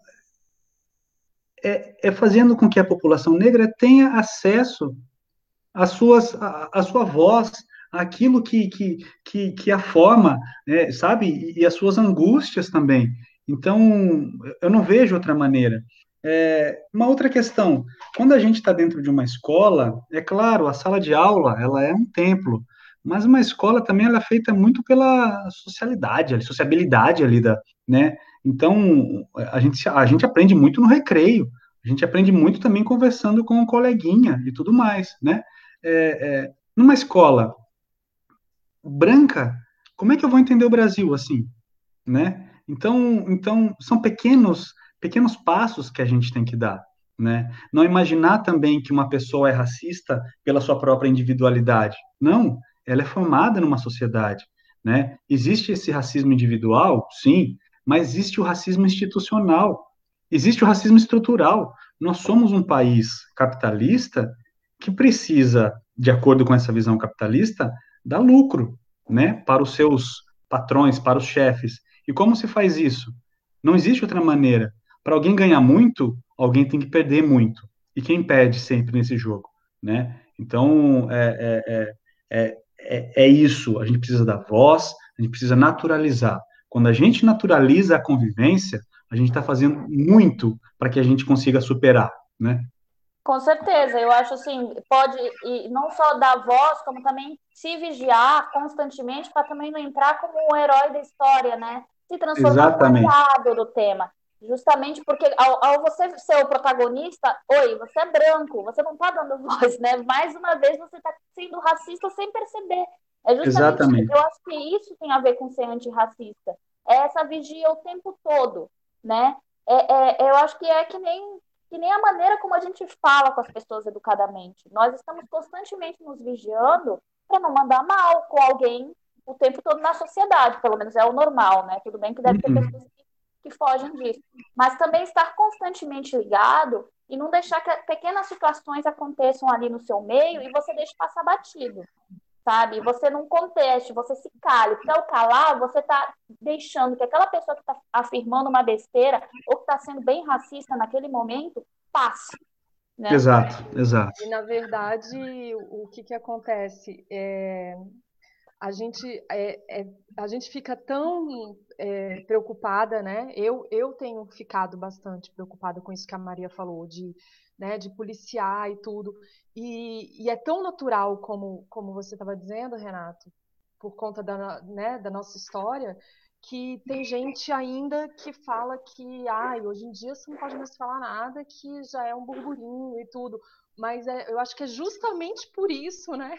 é, é fazendo com que a população negra tenha acesso às suas, à, à sua voz, aquilo que, que, que, que a forma, né, sabe? E, e as suas angústias também. Então, eu não vejo outra maneira. É, uma outra questão, quando a gente está dentro de uma escola, é claro, a sala de aula, ela é um templo, mas uma escola também ela é feita muito pela socialidade, a sociabilidade ali da, né? Então, a gente, a gente aprende muito no recreio, a gente aprende muito também conversando com o coleguinha e tudo mais, né? É, é, numa escola branca, como é que eu vou entender o Brasil assim, né? Então, então são pequenos, pequenos passos que a gente tem que dar, né? Não imaginar também que uma pessoa é racista pela sua própria individualidade. Não, ela é formada numa sociedade, né? Existe esse racismo individual, sim, mas existe o racismo institucional, existe o racismo estrutural. Nós somos um país capitalista que precisa, de acordo com essa visão capitalista, dar lucro, né, para os seus patrões, para os chefes. E como se faz isso? Não existe outra maneira. Para alguém ganhar muito, alguém tem que perder muito. E quem perde sempre nesse jogo, né? Então, é, é, é, é, é isso. A gente precisa dar voz, a gente precisa naturalizar. Quando a gente naturaliza a convivência, a gente está fazendo muito para que a gente consiga superar, né? Com certeza, eu acho assim, pode e não só dar voz, como também se vigiar constantemente para também não entrar como um herói da história, né? Se transformar no Exatamente. aliado do tema. Justamente porque ao, ao você ser o protagonista, oi, você é branco, você não está dando voz, né? Mais uma vez você está sendo racista sem perceber. É justamente, Exatamente. eu acho que isso tem a ver com ser antirracista. É essa vigia o tempo todo, né? É, é, eu acho que é que nem que nem a maneira como a gente fala com as pessoas educadamente. Nós estamos constantemente nos vigiando para não mandar mal com alguém o tempo todo na sociedade, pelo menos é o normal, né? Tudo bem que deve ter Uhum. pessoas que, que fogem disso, mas também estar constantemente ligado e não deixar que pequenas situações aconteçam ali no seu meio e você deixe passar batido, sabe? Você não conteste, você se cale. Porque ao calar, você está deixando que aquela pessoa que está afirmando uma besteira ou que está sendo bem racista naquele momento passe, né? Exato, exato. E, na verdade, o que que acontece? É, a gente, é, é, a gente fica tão é, preocupada, né? Eu, eu tenho ficado bastante preocupada com isso que a Maria falou, de, né, de policiar e tudo. E, e é tão natural, como, como você estava dizendo, Renato, por conta da, né, da nossa história, que tem gente ainda que fala que ai, hoje em dia você não pode mais falar nada, que já é um burburinho e tudo. Mas é, eu acho que é justamente por isso, né?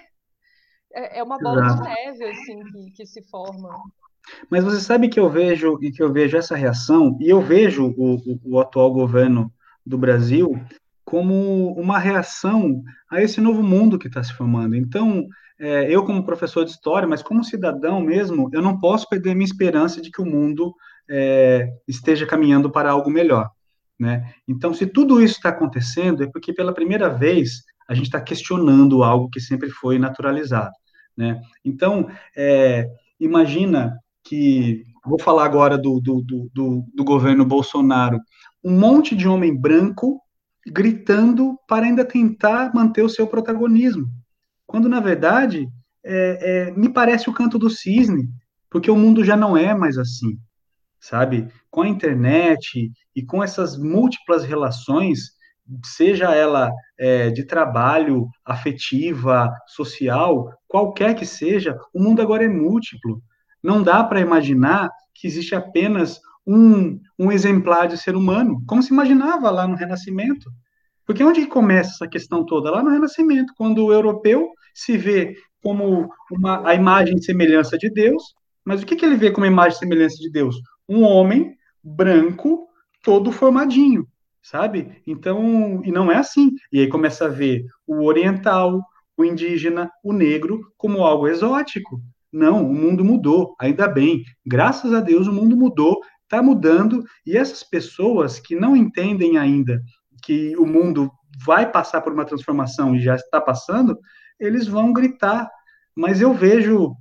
É, é uma bola de Exato. neve, assim, que, que se forma. Mas você sabe que eu vejo e que eu vejo essa reação, e eu vejo o, o, o atual governo do Brasil como uma reação a esse novo mundo que está se formando. Então, é, eu como professor de história, mas como cidadão mesmo, eu não posso perder minha esperança de que o mundo é, esteja caminhando para algo melhor, né? Então, se tudo isso está acontecendo, é porque pela primeira vez a gente está questionando algo que sempre foi naturalizado, né? Então, é, imagina que vou falar agora do, do, do, do, do governo Bolsonaro, um monte de homem branco gritando para ainda tentar manter o seu protagonismo, quando na verdade é, é, me parece o canto do cisne, porque o mundo já não é mais assim, sabe? Com a internet e com essas múltiplas relações, seja ela é, de trabalho, afetiva, social, qualquer que seja, o mundo agora é múltiplo. Não dá para imaginar que existe apenas um, um exemplar de ser humano, como se imaginava lá no Renascimento. Porque onde que começa essa questão toda? Lá no Renascimento, quando o europeu se vê como uma, a imagem e semelhança de Deus, mas o que, que ele vê como imagem e semelhança de Deus? Um homem branco, todo formadinho, sabe? Então, e não é assim. E aí começa a ver o oriental, o indígena, o negro como algo exótico. Não, o mundo mudou, ainda bem. Graças a Deus o mundo mudou, está mudando, e essas pessoas que não entendem ainda que o mundo vai passar por uma transformação e já está passando, eles vão gritar. Mas eu vejo,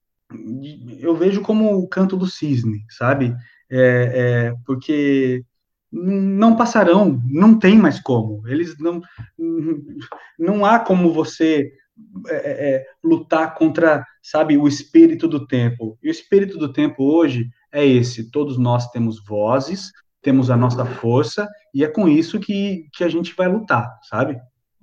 eu vejo como o canto do cisne, sabe? É, é, porque não passarão, não tem mais como. Eles não, não há como você é, é, é, lutar contra, sabe, o espírito do tempo. E o espírito do tempo hoje é esse: todos nós temos vozes, temos a nossa força, e é com isso que, que a gente vai lutar, sabe?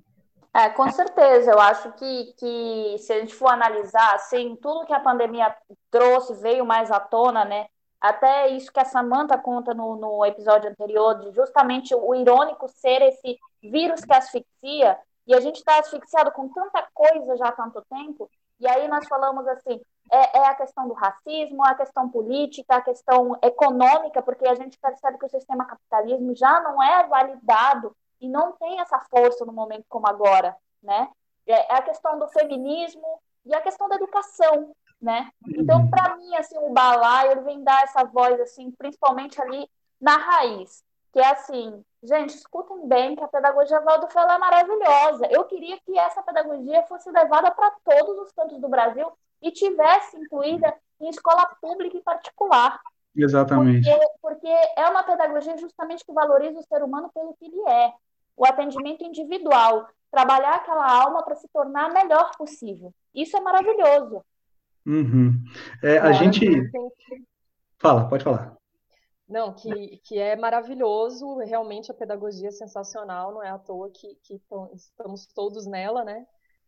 É, com certeza. Eu acho que, que se a gente for analisar, assim, tudo que a pandemia trouxe veio mais à tona, né? Até isso que a Samantha conta no, no episódio anterior, de justamente o irônico ser esse vírus que asfixia, e a gente está asfixiado com tanta coisa já há tanto tempo, e aí nós falamos assim, é, é a questão do racismo, a questão política, a questão econômica, porque a gente percebe que o sistema capitalismo já não é validado e não tem essa força no momento como agora, né? É a questão do feminismo e a questão da educação, né? Então, para mim, assim, o balaio, ele vem dar essa voz, assim, principalmente ali na raiz, que é assim, gente, escutem bem que a pedagogia Waldorf é maravilhosa. Eu queria que essa pedagogia fosse levada para todos os cantos do Brasil e tivesse incluída em escola pública e particular. Exatamente. Porque, porque é uma pedagogia justamente que valoriza o ser humano pelo que ele é. O atendimento individual, trabalhar aquela alma para se tornar a melhor possível. Isso é maravilhoso. Uhum. É, a Fora gente. que tem que- Fala, pode falar. Não, que, que é maravilhoso, realmente a pedagogia é sensacional, não é à toa que, que tão- estamos todos nela, né?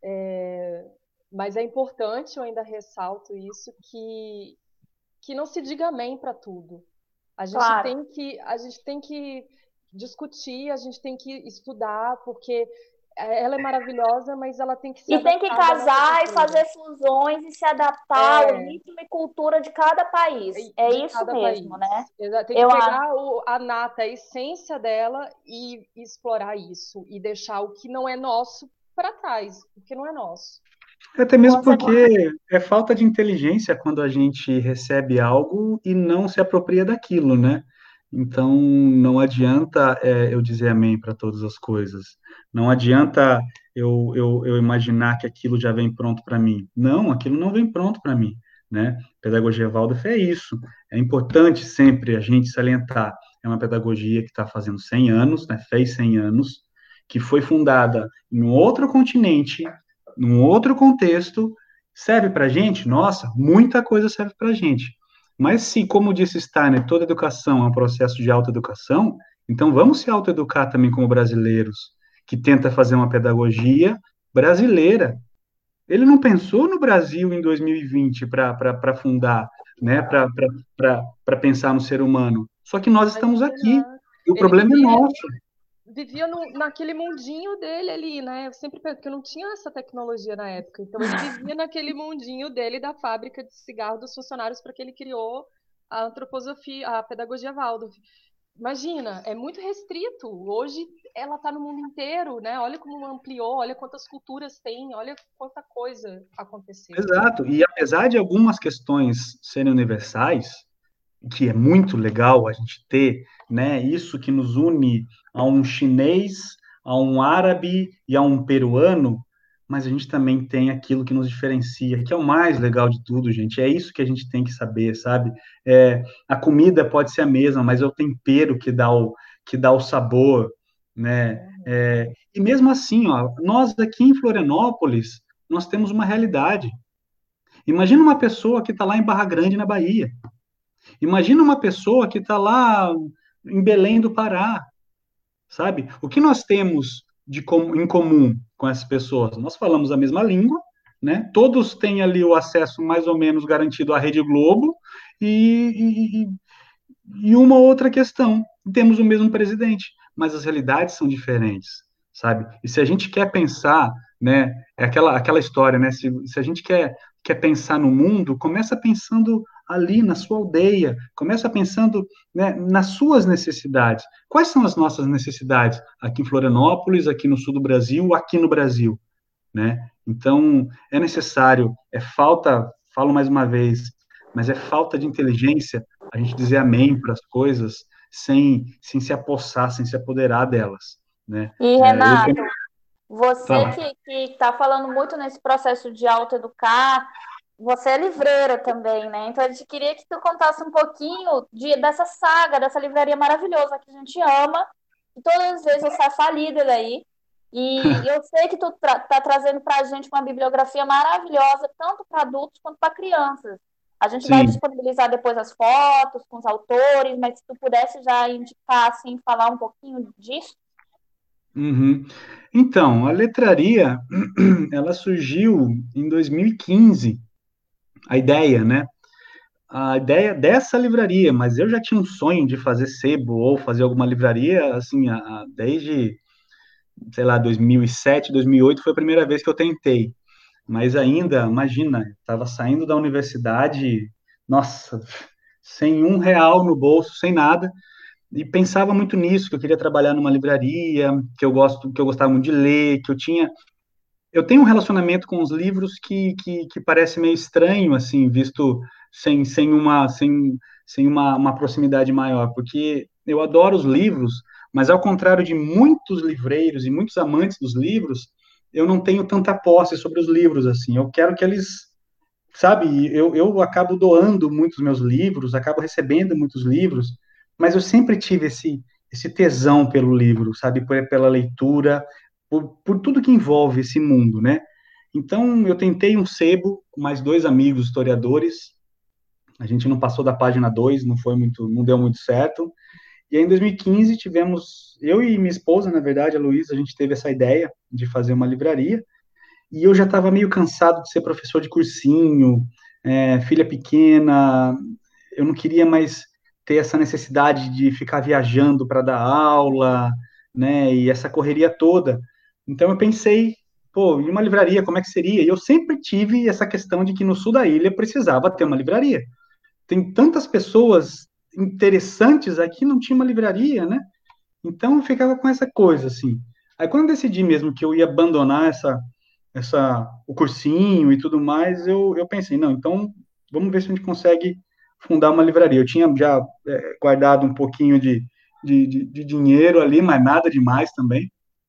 É, mas é importante, eu ainda ressalto isso, que, que não se diga amém para tudo. A gente Claro. tem que, a gente tem que discutir, a gente tem que estudar, porque ela é maravilhosa, mas ela tem que se E tem que adaptar da nossa casar e cultura. fazer fusões e se adaptar ao É, ritmo e cultura de cada país. É de isso cada mesmo, país. né? Exa- Tem que Eu, pegar o- a nata, a essência dela e explorar isso e deixar o que não é nosso para trás, porque não é nosso. Até com mesmo certeza. porque é falta de inteligência quando a gente recebe algo e não se apropria daquilo, né? Então, não adianta é, eu dizer amém para todas as coisas. Não adianta eu, eu, eu imaginar que aquilo já vem pronto para mim. Não, aquilo não vem pronto para mim, né? Pedagogia Waldorf é isso. É importante sempre a gente salientar. É uma pedagogia que está fazendo cem anos, né? Fez cem anos, que foi fundada em um outro continente, num outro contexto, serve para a gente? Nossa, muita coisa serve para a gente. Mas se, como disse Steiner, toda educação é um processo de autoeducação, então vamos se autoeducar também como brasileiros, que tenta fazer uma pedagogia brasileira. Ele não pensou no Brasil em dois mil e vinte para fundar, né, para pensar no ser humano. Só que nós estamos aqui, Imagina, e o ele problema é vivia, nosso. vivia no- naquele mundinho dele ali, né? Eu sempre penso que eu não tinha essa tecnologia na época. Então ele vivia naquele mundinho dele da fábrica de cigarro dos funcionários para que ele criou a antroposofia, a pedagogia Waldorf. Imagina, é muito restrito. Hoje ela está no mundo inteiro, né? Olha como ampliou, olha quantas culturas tem, olha quanta coisa aconteceu. Exato. E apesar de algumas questões serem universais, que é muito legal a gente ter, né? Isso que nos une a um chinês, a um árabe e a um peruano, mas a gente também tem aquilo que nos diferencia, que é o mais legal de tudo, gente. É isso que a gente tem que saber, sabe? É, a comida pode ser a mesma, mas é o tempero que dá o, que dá o sabor, né? É, e mesmo assim, ó, nós aqui em Florianópolis, nós temos uma realidade. Imagina uma pessoa que está lá em Barra Grande, na Bahia. Imagina uma pessoa que está lá em Belém do Pará, sabe? O que nós temos de com, em comum com essas pessoas? Nós falamos a mesma língua, né? Todos têm ali o acesso mais ou menos garantido à Rede Globo e, e, e uma outra questão, temos o mesmo presidente, mas as realidades são diferentes, sabe? E se a gente quer pensar, né, é aquela, aquela história, né? Se, se a gente quer, quer pensar no mundo, começa pensando ali na sua aldeia, começa pensando, né, nas suas necessidades. Quais são as nossas necessidades aqui em Florianópolis, aqui no sul do Brasil, aqui no Brasil, né? Então, é necessário, é falta, falo mais uma vez, mas é falta de inteligência a gente dizer amém para as coisas sem, sem se apossar, sem se apoderar delas, né? E, É, eu Renato, tenho... você Fala. que está falando muito nesse processo de autoeducar, você é livreira também, né? Então a gente queria que tu contasse um pouquinho de, dessa saga, dessa livraria maravilhosa que a gente ama, e todas as vezes você é falida daí. E eu sei que tu tra tá trazendo para a gente uma bibliografia maravilhosa, tanto para adultos quanto para crianças. A gente vai Sim. disponibilizar depois as fotos com os autores, mas se tu pudesse já indicar, assim, falar um pouquinho disso. Uhum. Então, a letraria, ela surgiu em dois mil e quinze, a ideia, né? A ideia dessa livraria, mas eu já tinha um sonho de fazer sebo ou fazer alguma livraria, assim, a- a- desde, sei lá, dois mil e sete, dois mil e oito foi a primeira vez que eu tentei. Mas ainda, imagina, estava saindo da universidade, nossa, sem um real no bolso, sem nada, e pensava muito nisso, que eu queria trabalhar numa livraria, que eu gosto, que eu gostava muito de ler, que eu tinha, eu tenho um relacionamento com os livros que, que, que parece meio estranho, assim, visto sem, sem uma, sem, sem uma, uma proximidade maior, porque eu adoro os livros, mas ao contrário de muitos livreiros e muitos amantes dos livros, eu não tenho tanta posse sobre os livros, assim, eu quero que eles, sabe, eu, eu acabo doando muitos meus livros, acabo recebendo muitos livros, mas eu sempre tive esse, esse tesão pelo livro, sabe, por, pela leitura, por, por tudo que envolve esse mundo, né? Então, eu tentei um sebo com mais dois amigos historiadores, a gente não passou da página dois, não foi muito, não deu muito certo, e aí, em dois mil e quinze, tivemos, eu e minha esposa, na verdade, a Luísa, a gente teve essa ideia de fazer uma livraria, e eu já estava meio cansado de ser professor de cursinho, é, filha pequena, eu não queria mais ter essa necessidade de ficar viajando para dar aula, né, e essa correria toda. Então eu pensei, pô, em uma livraria, como é que seria? E eu sempre tive essa questão de que no sul da ilha precisava ter uma livraria. Tem tantas pessoas interessantes aqui, não tinha uma livraria, né? Então eu ficava com essa coisa, assim. Aí quando eu decidi mesmo que eu ia abandonar essa essa, o cursinho e tudo mais, eu, eu pensei, não, então vamos ver se a gente consegue fundar uma livraria. Eu tinha já é, guardado um pouquinho de, de, de, de dinheiro ali, mas nada demais também.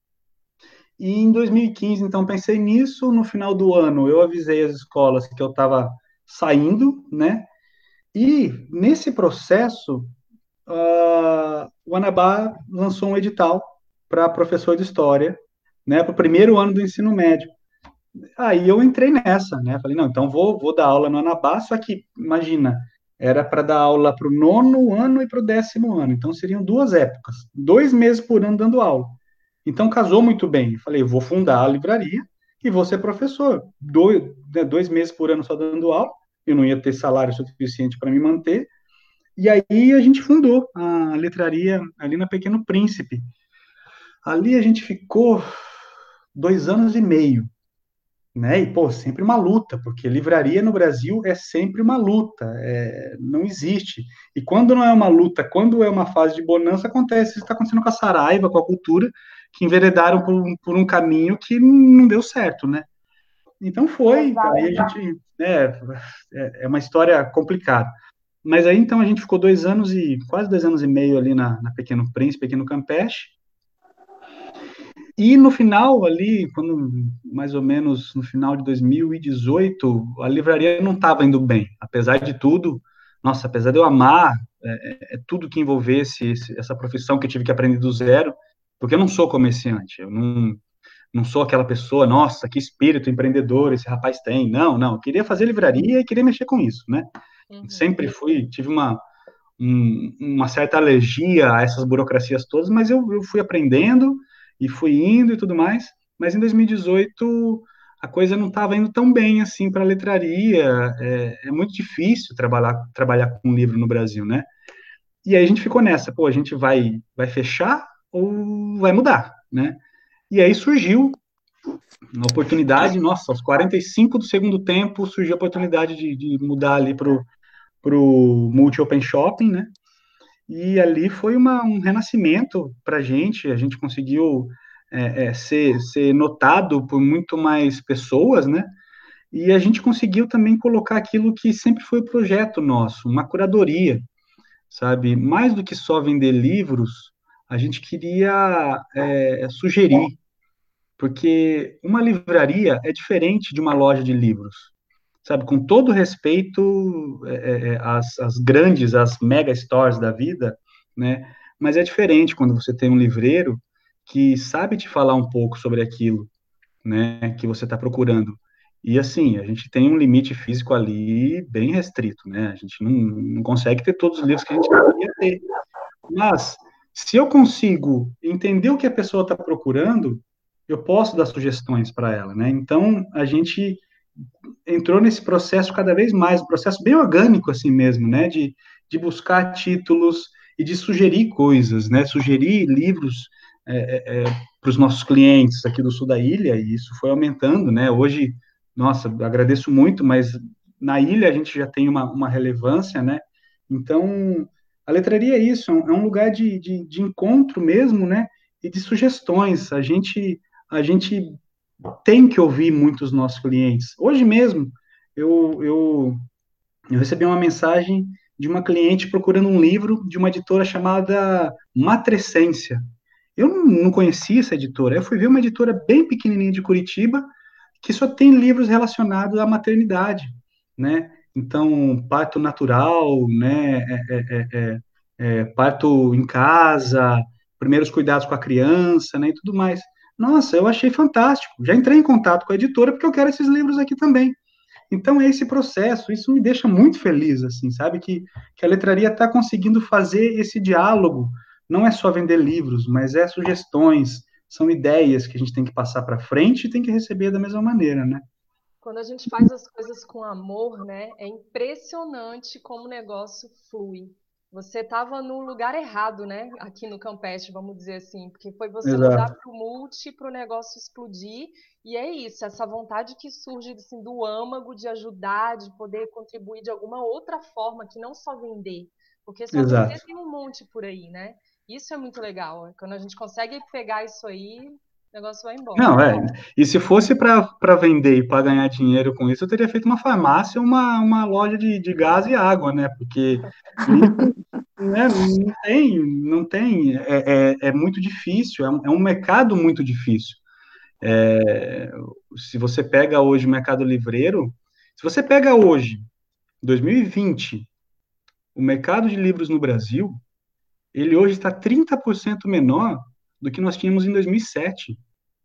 E em dois mil e quinze, então, pensei nisso. No final do ano, eu avisei as escolas que eu estava saindo, né? E nesse processo, uh, o Anabá lançou um edital para professor de história, né? Para o primeiro ano do ensino médio. Aí eu entrei nessa, né? Falei, não, então vou, vou dar aula no Anabá, só que, imagina, era para dar aula para o nono ano e para o décimo ano. Então seriam duas épocas, dois meses por ano dando aula. Então casou muito bem. Falei, vou fundar a livraria e vou ser professor. Dois, né, dois meses por ano só dando aula, eu não ia ter salário suficiente para me manter. E aí a gente fundou a livraria ali na Pequeno Príncipe. Ali a gente ficou dois anos e meio, né? E, pô, sempre uma luta, porque livraria no Brasil é sempre uma luta, é, não existe. E quando não é uma luta, quando é uma fase de bonança, acontece isso que está acontecendo com a Saraiva, com a cultura, que enveredaram por, um- por um caminho que não deu certo, né? Então foi, aí a Exato. gente, é, é é uma história complicada. Mas aí então a gente ficou dois anos e, quase dois anos e meio ali na, na Pequeno Príncipe, aqui no Campeche, e no final ali, quando mais ou menos no final de dois mil e dezoito, a livraria não estava indo bem, apesar de tudo. Nossa, apesar de eu amar é, é, tudo que envolvesse esse, essa profissão que eu tive que aprender do zero, porque eu não sou comerciante, eu não, não sou aquela pessoa, nossa, que espírito empreendedor esse rapaz tem. Não, não, eu queria fazer livraria e queria mexer com isso, né? Uhum. Sempre fui, tive uma, um, uma certa alergia a essas burocracias todas, mas eu, eu fui aprendendo e fui indo e tudo mais. Mas em dois mil e dezoito a coisa não estava indo tão bem assim para a letraria. É, é muito difícil trabalhar, trabalhar com livro no Brasil, né? E aí a gente ficou nessa, pô, a gente vai, vai fechar ou vai mudar, né? E aí surgiu uma oportunidade, nossa, aos quarenta e cinco do segundo tempo surgiu a oportunidade de, de mudar ali para o Multi-Open Shopping, né? E ali foi uma, um renascimento para a gente, a gente conseguiu é, é, ser, ser notado por muito mais pessoas, né? E a gente conseguiu também colocar aquilo que sempre foi o projeto nosso, uma curadoria, sabe? Mais do que só vender livros, a gente queria é, sugerir, porque uma livraria é diferente de uma loja de livros, sabe? Com todo respeito é, é, é, às, às grandes, às mega stores da vida, né? Mas é diferente quando você tem um livreiro que sabe te falar um pouco sobre aquilo, né? Que você está procurando. E assim, a gente tem um limite físico ali bem restrito, né? A gente não, não consegue ter todos os livros que a gente queria ter. Mas, se eu consigo entender o que a pessoa está procurando, eu posso dar sugestões para ela, né? Então, a gente entrou nesse processo cada vez mais, um processo bem orgânico assim mesmo, né? De, de buscar títulos e de sugerir coisas, né? Sugerir livros é, é, para os nossos clientes aqui do sul da ilha, e isso foi aumentando, né? Hoje, nossa, agradeço muito, mas na ilha a gente já tem uma, uma relevância, né? Então, a letraria é isso, é um, é um lugar de, de, de encontro mesmo, né? E de sugestões. A gente, a gente tem que ouvir muito os nossos clientes. Hoje mesmo, eu, eu, eu recebi uma mensagem de uma cliente procurando um livro de uma editora chamada Matrescência. Eu não, não conhecia essa editora. Eu fui ver uma editora bem pequenininha de Curitiba que só tem livros relacionados à maternidade, né? Então, parto natural, né? É, é, é, é, parto em casa, primeiros cuidados com a criança, né? E tudo mais. Nossa, eu achei fantástico. Já entrei em contato com a editora porque eu quero esses livros aqui também. Então, é esse processo, isso me deixa muito feliz, assim, sabe? Que, que a letraria está conseguindo fazer esse diálogo. Não é só vender livros, mas é sugestões, são ideias que a gente tem que passar para frente e tem que receber da mesma maneira, né? Quando a gente faz as coisas com amor, né, é impressionante como o negócio flui. Você estava no lugar errado, né, aqui no Campeche, vamos dizer assim, porque foi você mudar Exato, para o multi, para o negócio explodir, e é isso, essa vontade que surge assim, do âmago de ajudar, de poder contribuir de alguma outra forma, que não só vender, porque só vender exato. tem um monte por aí, né? Isso é muito legal, quando a gente consegue pegar isso aí, o negócio vai embora. Não, é. E se fosse para para vender e para ganhar dinheiro com isso, eu teria feito uma farmácia, uma, uma loja de, de gás e água, né? Porque livro, né, não tem, não tem, é, é, é muito difícil, é um, é um mercado muito difícil. É, se você pega hoje o mercado livreiro, se você pega hoje, dois mil e vinte, o mercado de livros no Brasil, ele hoje está trinta por cento menor do que nós tínhamos em dois mil e sete,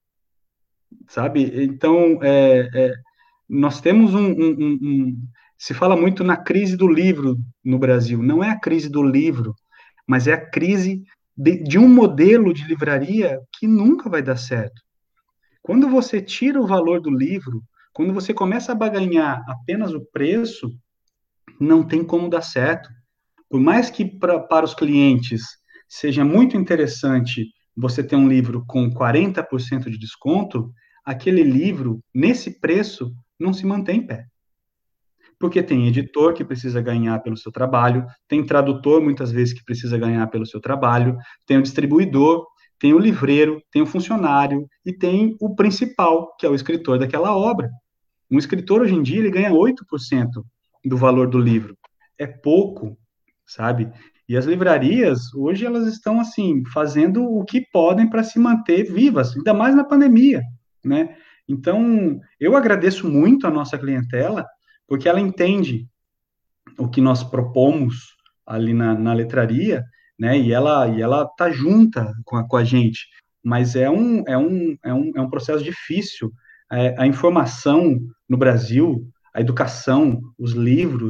sabe? Então, é, é, nós temos um, um, um, um- se fala muito na crise do livro no Brasil. Não é a crise do livro, mas é a crise de, de um modelo de livraria que nunca vai dar certo. Quando você tira o valor do livro, quando você começa a baganhar apenas o preço, não tem como dar certo. Por mais que pra, para os clientes seja muito interessante você ter um livro com quarenta por cento de desconto, aquele livro, nesse preço, não se mantém em pé. Porque tem editor que precisa ganhar pelo seu trabalho, tem tradutor muitas vezes que precisa ganhar pelo seu trabalho, tem o distribuidor, tem o livreiro, tem o funcionário e tem o principal, que é o escritor daquela obra. Um escritor hoje em dia ele ganha oito por cento do valor do livro. É pouco, sabe? E as livrarias hoje elas estão assim fazendo o que podem para se manter vivas, ainda mais na pandemia, né? Então, eu agradeço muito a nossa clientela, porque ela entende o que nós propomos ali na, na letraria, né? E ela e ela tá junta com a, com a gente. Mas é um é um é um, é um processo difícil. É, a informação no Brasil, a educação, os livros,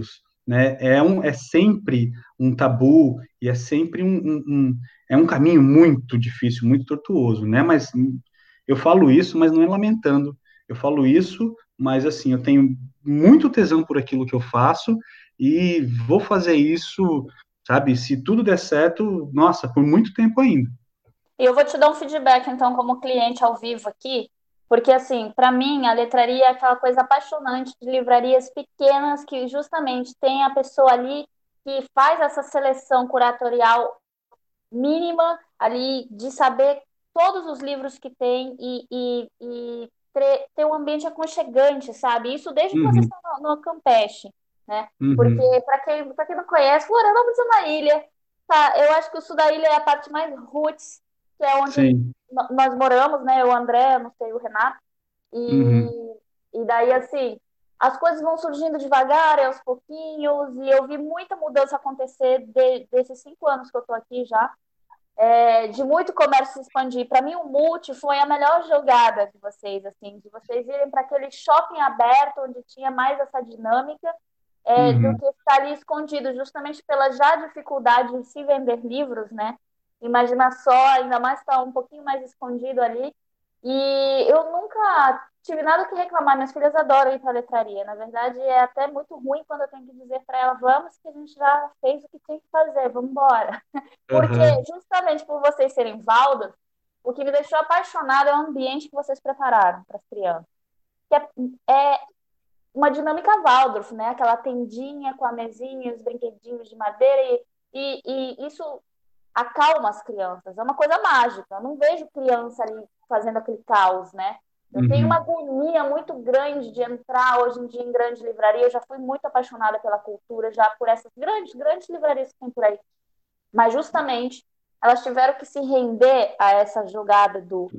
né? É, um, é sempre um tabu e é sempre um, um, um, é um caminho muito difícil, muito tortuoso, né? Mas eu falo isso, mas não é lamentando. Eu falo isso, mas assim, eu tenho muito tesão por aquilo que eu faço e vou fazer isso, sabe? Se tudo der certo, nossa, por muito tempo ainda. E eu vou te dar um feedback, então, como cliente ao vivo aqui, porque, assim, para mim, a letraria é aquela coisa apaixonante de livrarias pequenas que justamente tem a pessoa ali que faz essa seleção curatorial mínima ali de saber todos os livros que tem e, e, e ter, ter um ambiente aconchegante, sabe? Isso desde que você Uhum, está no, no Campeche, né? Porque, uhum, para quem, para quem não conhece, Florianópolis é uma ilha, tá? Eu acho que o sul da ilha é a parte mais roots, que é onde sim, no- nós moramos, né? O André, não sei, o Renato. uhum, E, e daí, assim, as coisas vão surgindo devagar, aos pouquinhos, e eu vi muita mudança acontecer de, desses cinco anos que eu tô aqui já, é, de muito comércio se expandir. Para mim, o multi foi a melhor jogada de vocês, assim, de vocês irem para aquele shopping aberto, onde tinha mais essa dinâmica, é, do uhum, que estar ali escondido, justamente pela já dificuldade de se vender livros, né? Imagina só, ainda mais estar um pouquinho mais escondido ali. E eu nunca tive nada que reclamar. Minhas filhas adoram ir para a letraria. Na verdade, é até muito ruim quando eu tenho que dizer para elas: vamos, que a gente já fez o que tem que fazer, vamos embora. Porque, aham, justamente por vocês serem Waldorf, o que me deixou apaixonada é o ambiente que vocês prepararam para as crianças. Que é, é uma dinâmica Waldorf, né? Aquela tendinha com a mesinha, os brinquedinhos de madeira, e, e, e isso acalma as crianças. É uma coisa mágica. Eu não vejo criança ali fazendo aquele caos, né? Eu tenho uma uhum, agonia muito grande de entrar hoje em dia em grande livraria. Eu já fui muito apaixonada pela cultura, já por essas grandes, grandes livrarias que tem por aí. Mas justamente elas tiveram que se render a essa jogada do,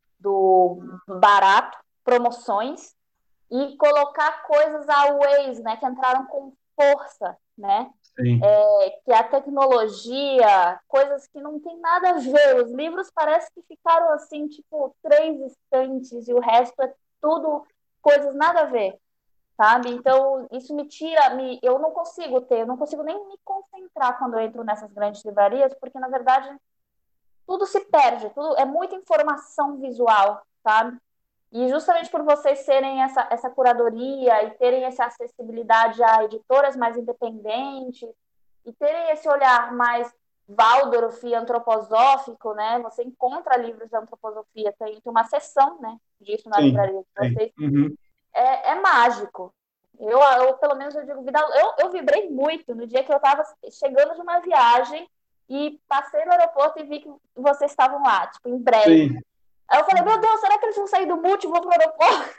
do barato, promoções, e colocar coisas aways, né, que entraram com força, né? sim, É, que a tecnologia, coisas que não tem nada a ver. Os livros parece que ficaram assim, tipo, três estantes e o resto é tudo coisas nada a ver, sabe? Então, isso me tira, me, eu não consigo ter, eu não consigo nem me concentrar quando eu entro nessas grandes livrarias, porque, na verdade, tudo se perde, tudo é muita informação visual, sabe? E justamente por vocês serem essa, essa curadoria e terem essa acessibilidade a editoras mais independentes e terem esse olhar mais Waldorf e antroposófico, né? Você encontra livros de antroposofia, tem, tem uma seção, né, disso na sim, livraria de sim, vocês. uhum, É, é mágico. Eu, eu, pelo menos, eu digo, Vidal, eu, eu vibrei muito no dia que eu estava chegando de uma viagem e passei no aeroporto e vi que vocês estavam lá, tipo, em breve. sim, Aí eu falei, meu Deus, será que eles vão sair do multi e vão pro aeroporto?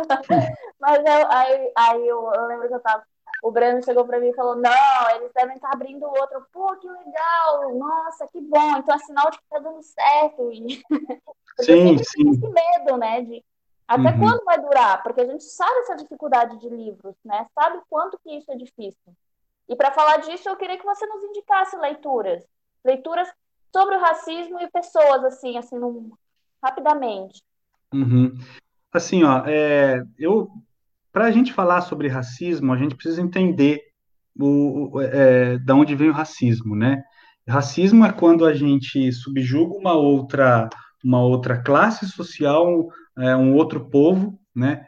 Mas eu, aí, aí eu, eu lembro que eu tava. O Breno chegou pra mim e falou: não, eles devem estar abrindo outro. Pô, que legal! Nossa, que bom! Então é sinal de que tá dando certo. E... Porque eu sim, sempre tive esse sim, medo, né? De até uhum. quando vai durar? Porque a gente sabe essa dificuldade de livros, né? Sabe o quanto que isso é difícil. E para falar disso, eu queria que você nos indicasse leituras. Leituras sobre o racismo e pessoas, assim, assim, num... rapidamente. Uhum. Assim, ó, é, eu, para a gente falar sobre racismo, a gente precisa entender o, o- é, da onde vem o racismo, né? Racismo é quando a gente subjuga uma outra, uma outra classe social, é, um outro povo, né?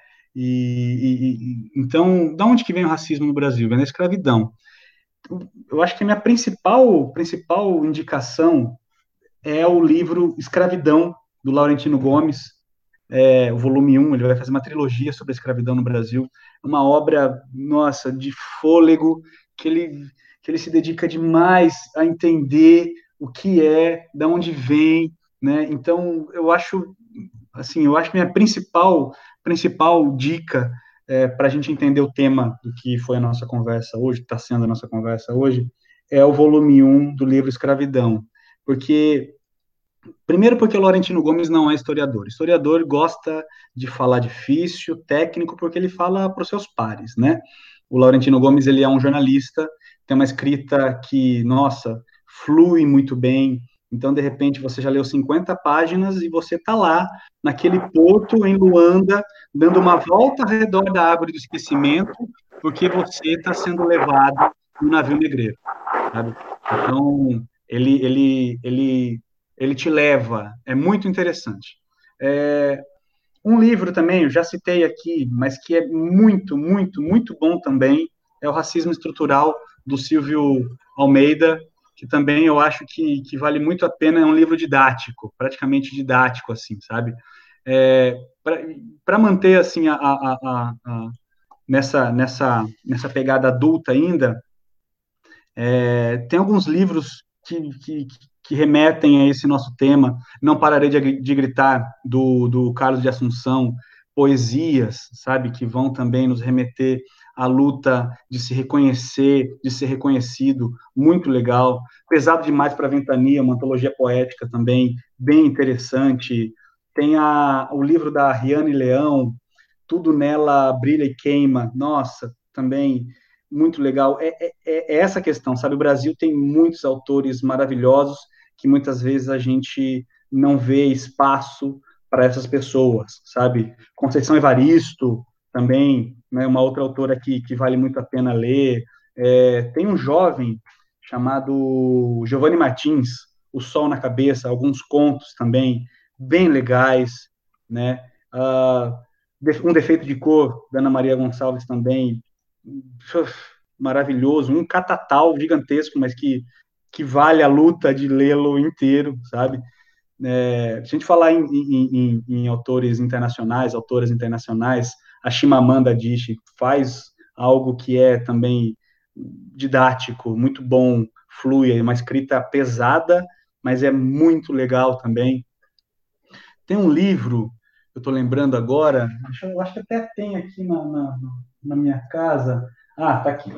E, e- e- então, da onde que vem o racismo no Brasil? Vem da escravidão. Eu acho que a minha principal, principal indicação é o livro Escravidão, do Laurentino Gomes, é, o volume um. Ele vai fazer uma trilogia sobre a escravidão no Brasil, uma obra, nossa, de fôlego, que ele, que ele se dedica demais a entender o que é, de onde vem, né? Então, eu acho, assim, eu acho que minha principal, principal dica é, para a gente entender o tema do que foi a nossa conversa hoje, que está sendo a nossa conversa hoje, é o volume um do livro Escravidão, porque primeiro porque o Laurentino Gomes não é historiador. Historiador gosta de falar difícil, técnico, porque ele fala para os seus pares, né? O Laurentino Gomes, ele é um jornalista, tem uma escrita que, nossa, flui muito bem. Então, de repente, você já leu cinquenta páginas e você está lá, naquele porto em Luanda, dando uma volta ao redor da árvore do esquecimento, porque você está sendo levado no navio negreiro, sabe? Então, ele, ele, ele, ele te leva, é muito interessante. É, um livro também, eu já citei aqui, mas que é muito, muito, muito bom também, é o Racismo Estrutural, do Silvio Almeida, que também eu acho que, que vale muito a pena, é um livro didático, praticamente didático, assim, sabe? É, para manter, assim, a, a, a, a, nessa, nessa, nessa pegada adulta ainda, é, tem alguns livros que, que, que remetem a esse nosso tema. Não Pararei de, de Gritar, do, do Carlos de Assunção, poesias, sabe, que vão também nos remeter à luta de se reconhecer, de ser reconhecido, muito legal. Pesado Demais para a Ventania, uma antologia poética também, bem interessante. Tem a, o livro da Riane Leão, Tudo Nela Brilha e Queima, nossa, também muito legal. É, é, é essa questão, sabe? O Brasil tem muitos autores maravilhosos que muitas vezes a gente não vê espaço para essas pessoas, sabe? Conceição Evaristo, também, né, uma outra autora que, que vale muito a pena ler. É, tem um jovem chamado Giovanni Martins, O Sol na Cabeça, alguns contos também bem legais, né? Uh, Um Defeito de Cor, da Ana Maria Gonçalves também, maravilhoso, um catatal gigantesco, mas que, que vale a luta de lê-lo inteiro, sabe? É, se a gente falar em, em, em, em autores internacionais, autoras internacionais, a Chimamanda Adichie faz algo que é também didático, muito bom, flui, é uma escrita pesada, mas é muito legal também. Tem um livro, eu estou lembrando agora, eu acho que até tem aqui na, na, na minha casa. Ah, tá aqui.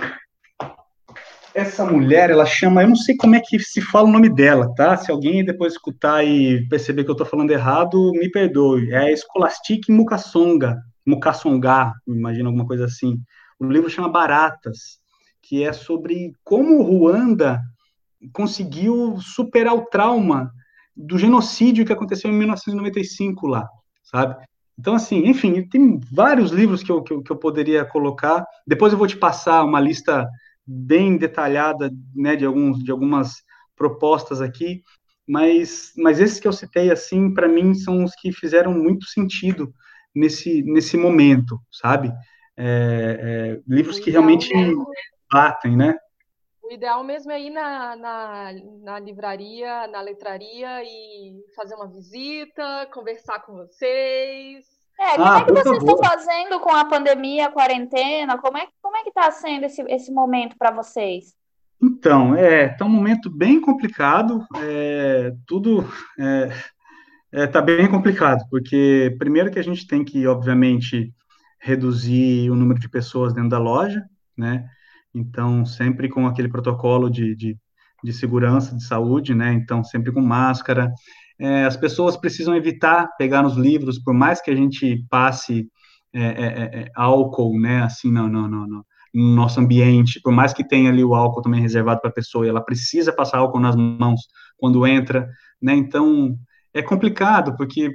Essa mulher, ela chama, eu não sei como é que se fala o nome dela, tá? Se alguém depois escutar e perceber que eu estou falando errado, me perdoe. É Scholastic Mukasonga, Mukasonga, imagina alguma coisa assim. O livro chama Baratas, que é sobre como Ruanda conseguiu superar o trauma do genocídio que aconteceu em mil novecentos e noventa e cinco lá, sabe? Então, assim, enfim, tem vários livros que eu, que eu, que eu poderia colocar. Depois eu vou te passar uma lista bem detalhada, né, de, alguns, de algumas propostas aqui, mas, mas esses que eu citei, assim, para mim, são os que fizeram muito sentido nesse, nesse momento, sabe? É, é, livros que realmente mesmo, batem, né? o ideal mesmo é ir na, na, na livraria, na letraria e fazer uma visita, conversar com vocês. É, como Ah, é que por vocês estão favor. fazendo com a pandemia, a quarentena? Como é, como é que está sendo esse, esse momento para vocês? Então, é, tá um momento bem complicado, é, tudo é, é, tá bem complicado, porque primeiro que a gente tem que, obviamente, reduzir o número de pessoas dentro da loja, né? Então, sempre com aquele protocolo de, de, de segurança, de saúde, né? Então, sempre com máscara. É, as pessoas precisam evitar pegar nos livros, por mais que a gente passe é, é, é, é, álcool, né? Assim, não, não, não, não. No nosso ambiente, por mais que tenha ali o álcool também reservado para a pessoa, e ela precisa passar álcool nas mãos quando entra, né? Então, é complicado, porque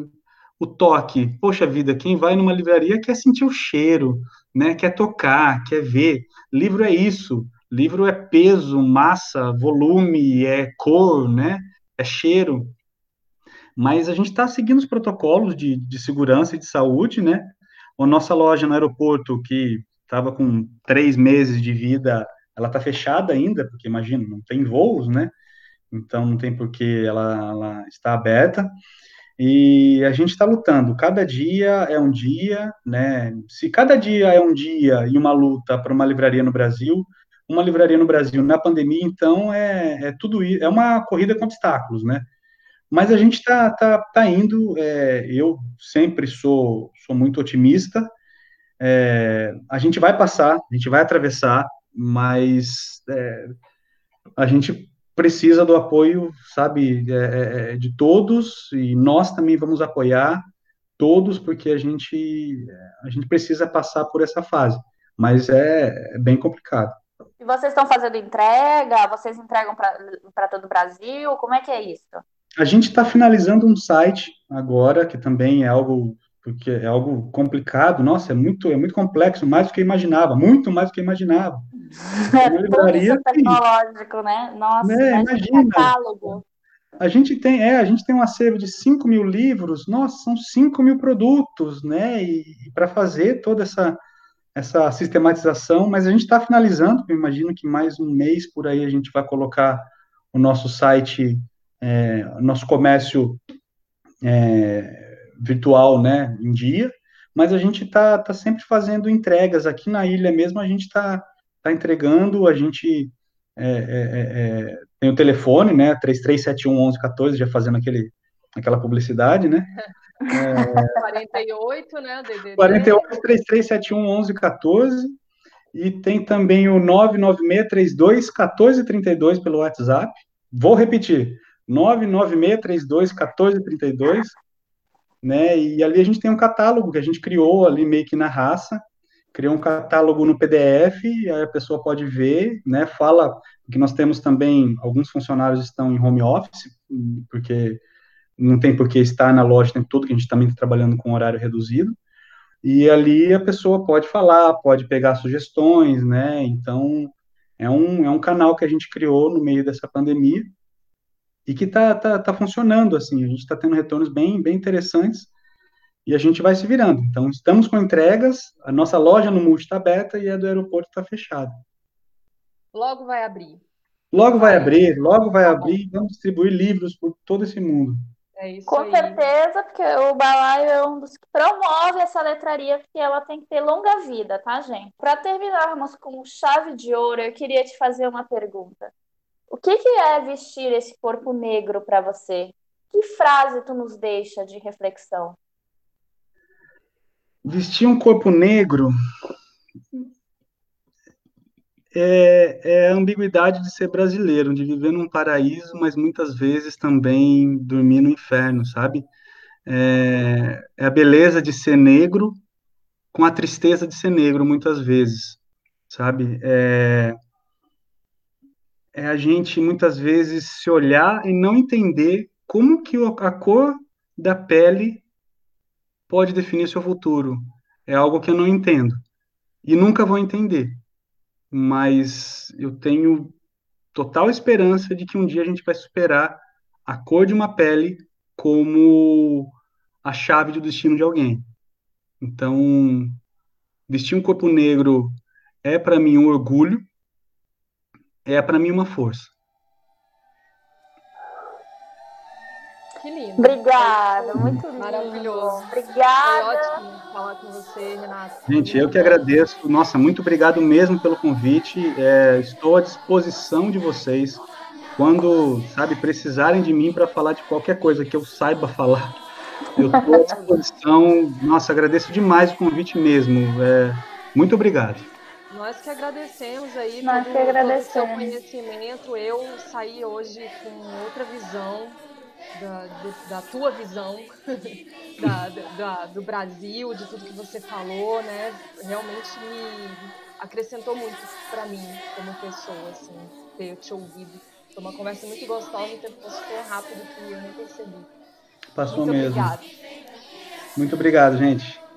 o toque, poxa vida, quem vai numa livraria quer sentir o cheiro, né? Quer tocar, quer ver. Livro é isso. Livro é peso, massa, volume, é cor, né? É cheiro. Mas a gente está seguindo os protocolos de, de segurança e de saúde, né? A nossa loja no aeroporto, que estava com três meses de vida, ela está fechada ainda, porque imagina, não tem voos, né? Então não tem por que ela, ela está aberta. E a gente está lutando. Cada dia é um dia, né? Se cada dia é um dia e uma luta para uma livraria no Brasil, uma livraria no Brasil na pandemia, então é, é tudo isso, é uma corrida com obstáculos, né? Mas a gente está tá, tá indo. É, eu sempre sou, sou muito otimista. É, a gente vai passar, a gente vai atravessar, mas é, a gente precisa do apoio, sabe, é, é, é, de todos, e nós também vamos apoiar todos, porque a gente, a gente precisa passar por essa fase, mas é, é bem complicado. E vocês estão fazendo entrega? Vocês entregam para todo o Brasil? Como é que é isso? A gente está finalizando um site agora, que também é algo porque é algo complicado, nossa, é muito, é muito complexo, mais do que eu imaginava, muito mais do que eu imaginava. É Uma tudo isso livraria, é assim, tecnológico, né? Nossa, né, imagina o imagina, catálogo. a gente tem, é, a gente tem um acervo de cinco mil livros, nossa, são cinco mil produtos, né, e, e para fazer toda essa, essa sistematização, mas a gente está finalizando, eu imagino que mais um mês por aí a gente vai colocar o nosso site, é, nosso comércio é, virtual, né, em dia, mas a gente está tá sempre fazendo entregas aqui na ilha mesmo, a gente está tá entregando, a gente é, é, é, é, tem o telefone, né, três três sete um, onze quatorze, já fazendo aquele, aquela publicidade, né, quarenta e oito, né, D D D. quarenta e oito, três três sete um, onze quatorze, e tem também o nove nove seis três dois um quatro três dois pelo WhatsApp. Vou repetir, nove nove seis três dois um quatro três dois, né? E ali a gente tem um catálogo que a gente criou ali meio que na raça, criou um catálogo no P D F, aí a pessoa pode ver, né? Fala que nós temos também alguns funcionários estão em home office, porque não tem por que estar na loja o tempo todo, que a gente também está trabalhando com horário reduzido. E ali a pessoa pode falar, pode pegar sugestões, né? Então, é um, é um canal que a gente criou no meio dessa pandemia e que está tá, tá funcionando, assim, a gente está tendo retornos bem, bem interessantes e a gente vai se virando. Então, estamos com entregas, a nossa loja no Multi está aberta e a do aeroporto está fechada. Logo vai abrir. Logo vai Vai. abrir, logo vai Tá abrir, bom. vamos distribuir livros por todo esse mundo. É isso Com aí. certeza, porque o balaio é um dos que promove essa letraria, porque ela tem que ter longa vida, tá, gente? Para terminarmos com chave de ouro, eu queria te fazer uma pergunta. O que que é vestir esse corpo negro para você? Que frase tu nos deixa de reflexão? Vestir um corpo negro é, é a ambiguidade de ser brasileiro, de viver num paraíso, mas muitas vezes também dormir no inferno, sabe? É, é a beleza de ser negro com a tristeza de ser negro, muitas vezes, sabe? É, é a gente, muitas vezes, se olhar e não entender como que o- a cor da pele pode definir seu futuro. É algo que eu não entendo e nunca vou entender, mas eu tenho total esperança de que um dia a gente vai superar a cor de uma pele como a chave do destino de alguém. Então, vestir um corpo negro é para mim um orgulho, é para mim uma força. Que lindo. Obrigada, Foi muito lindo. maravilhoso. Foi Obrigada. ótimo falar com você, Renato. Foi Gente, muito eu que bom. agradeço. Nossa, muito obrigado mesmo pelo convite. É, estou à disposição de vocês quando, sabe, precisarem de mim para falar de qualquer coisa que eu saiba falar. Eu estou à disposição. Nossa, agradeço demais o convite mesmo. É, muito obrigado. Nós que agradecemos aí Nós todo, que todo o seu agradecemos. conhecimento. Eu saí hoje com outra visão da, de- da tua visão da, da- do Brasil, de tudo que você falou, né? Realmente me acrescentou muito para mim como pessoa, assim, ter te ouvido. Foi uma conversa muito gostosa, o tempo passou tão rápido que eu nem percebi. Passou Muito mesmo. obrigada. Muito obrigado, gente.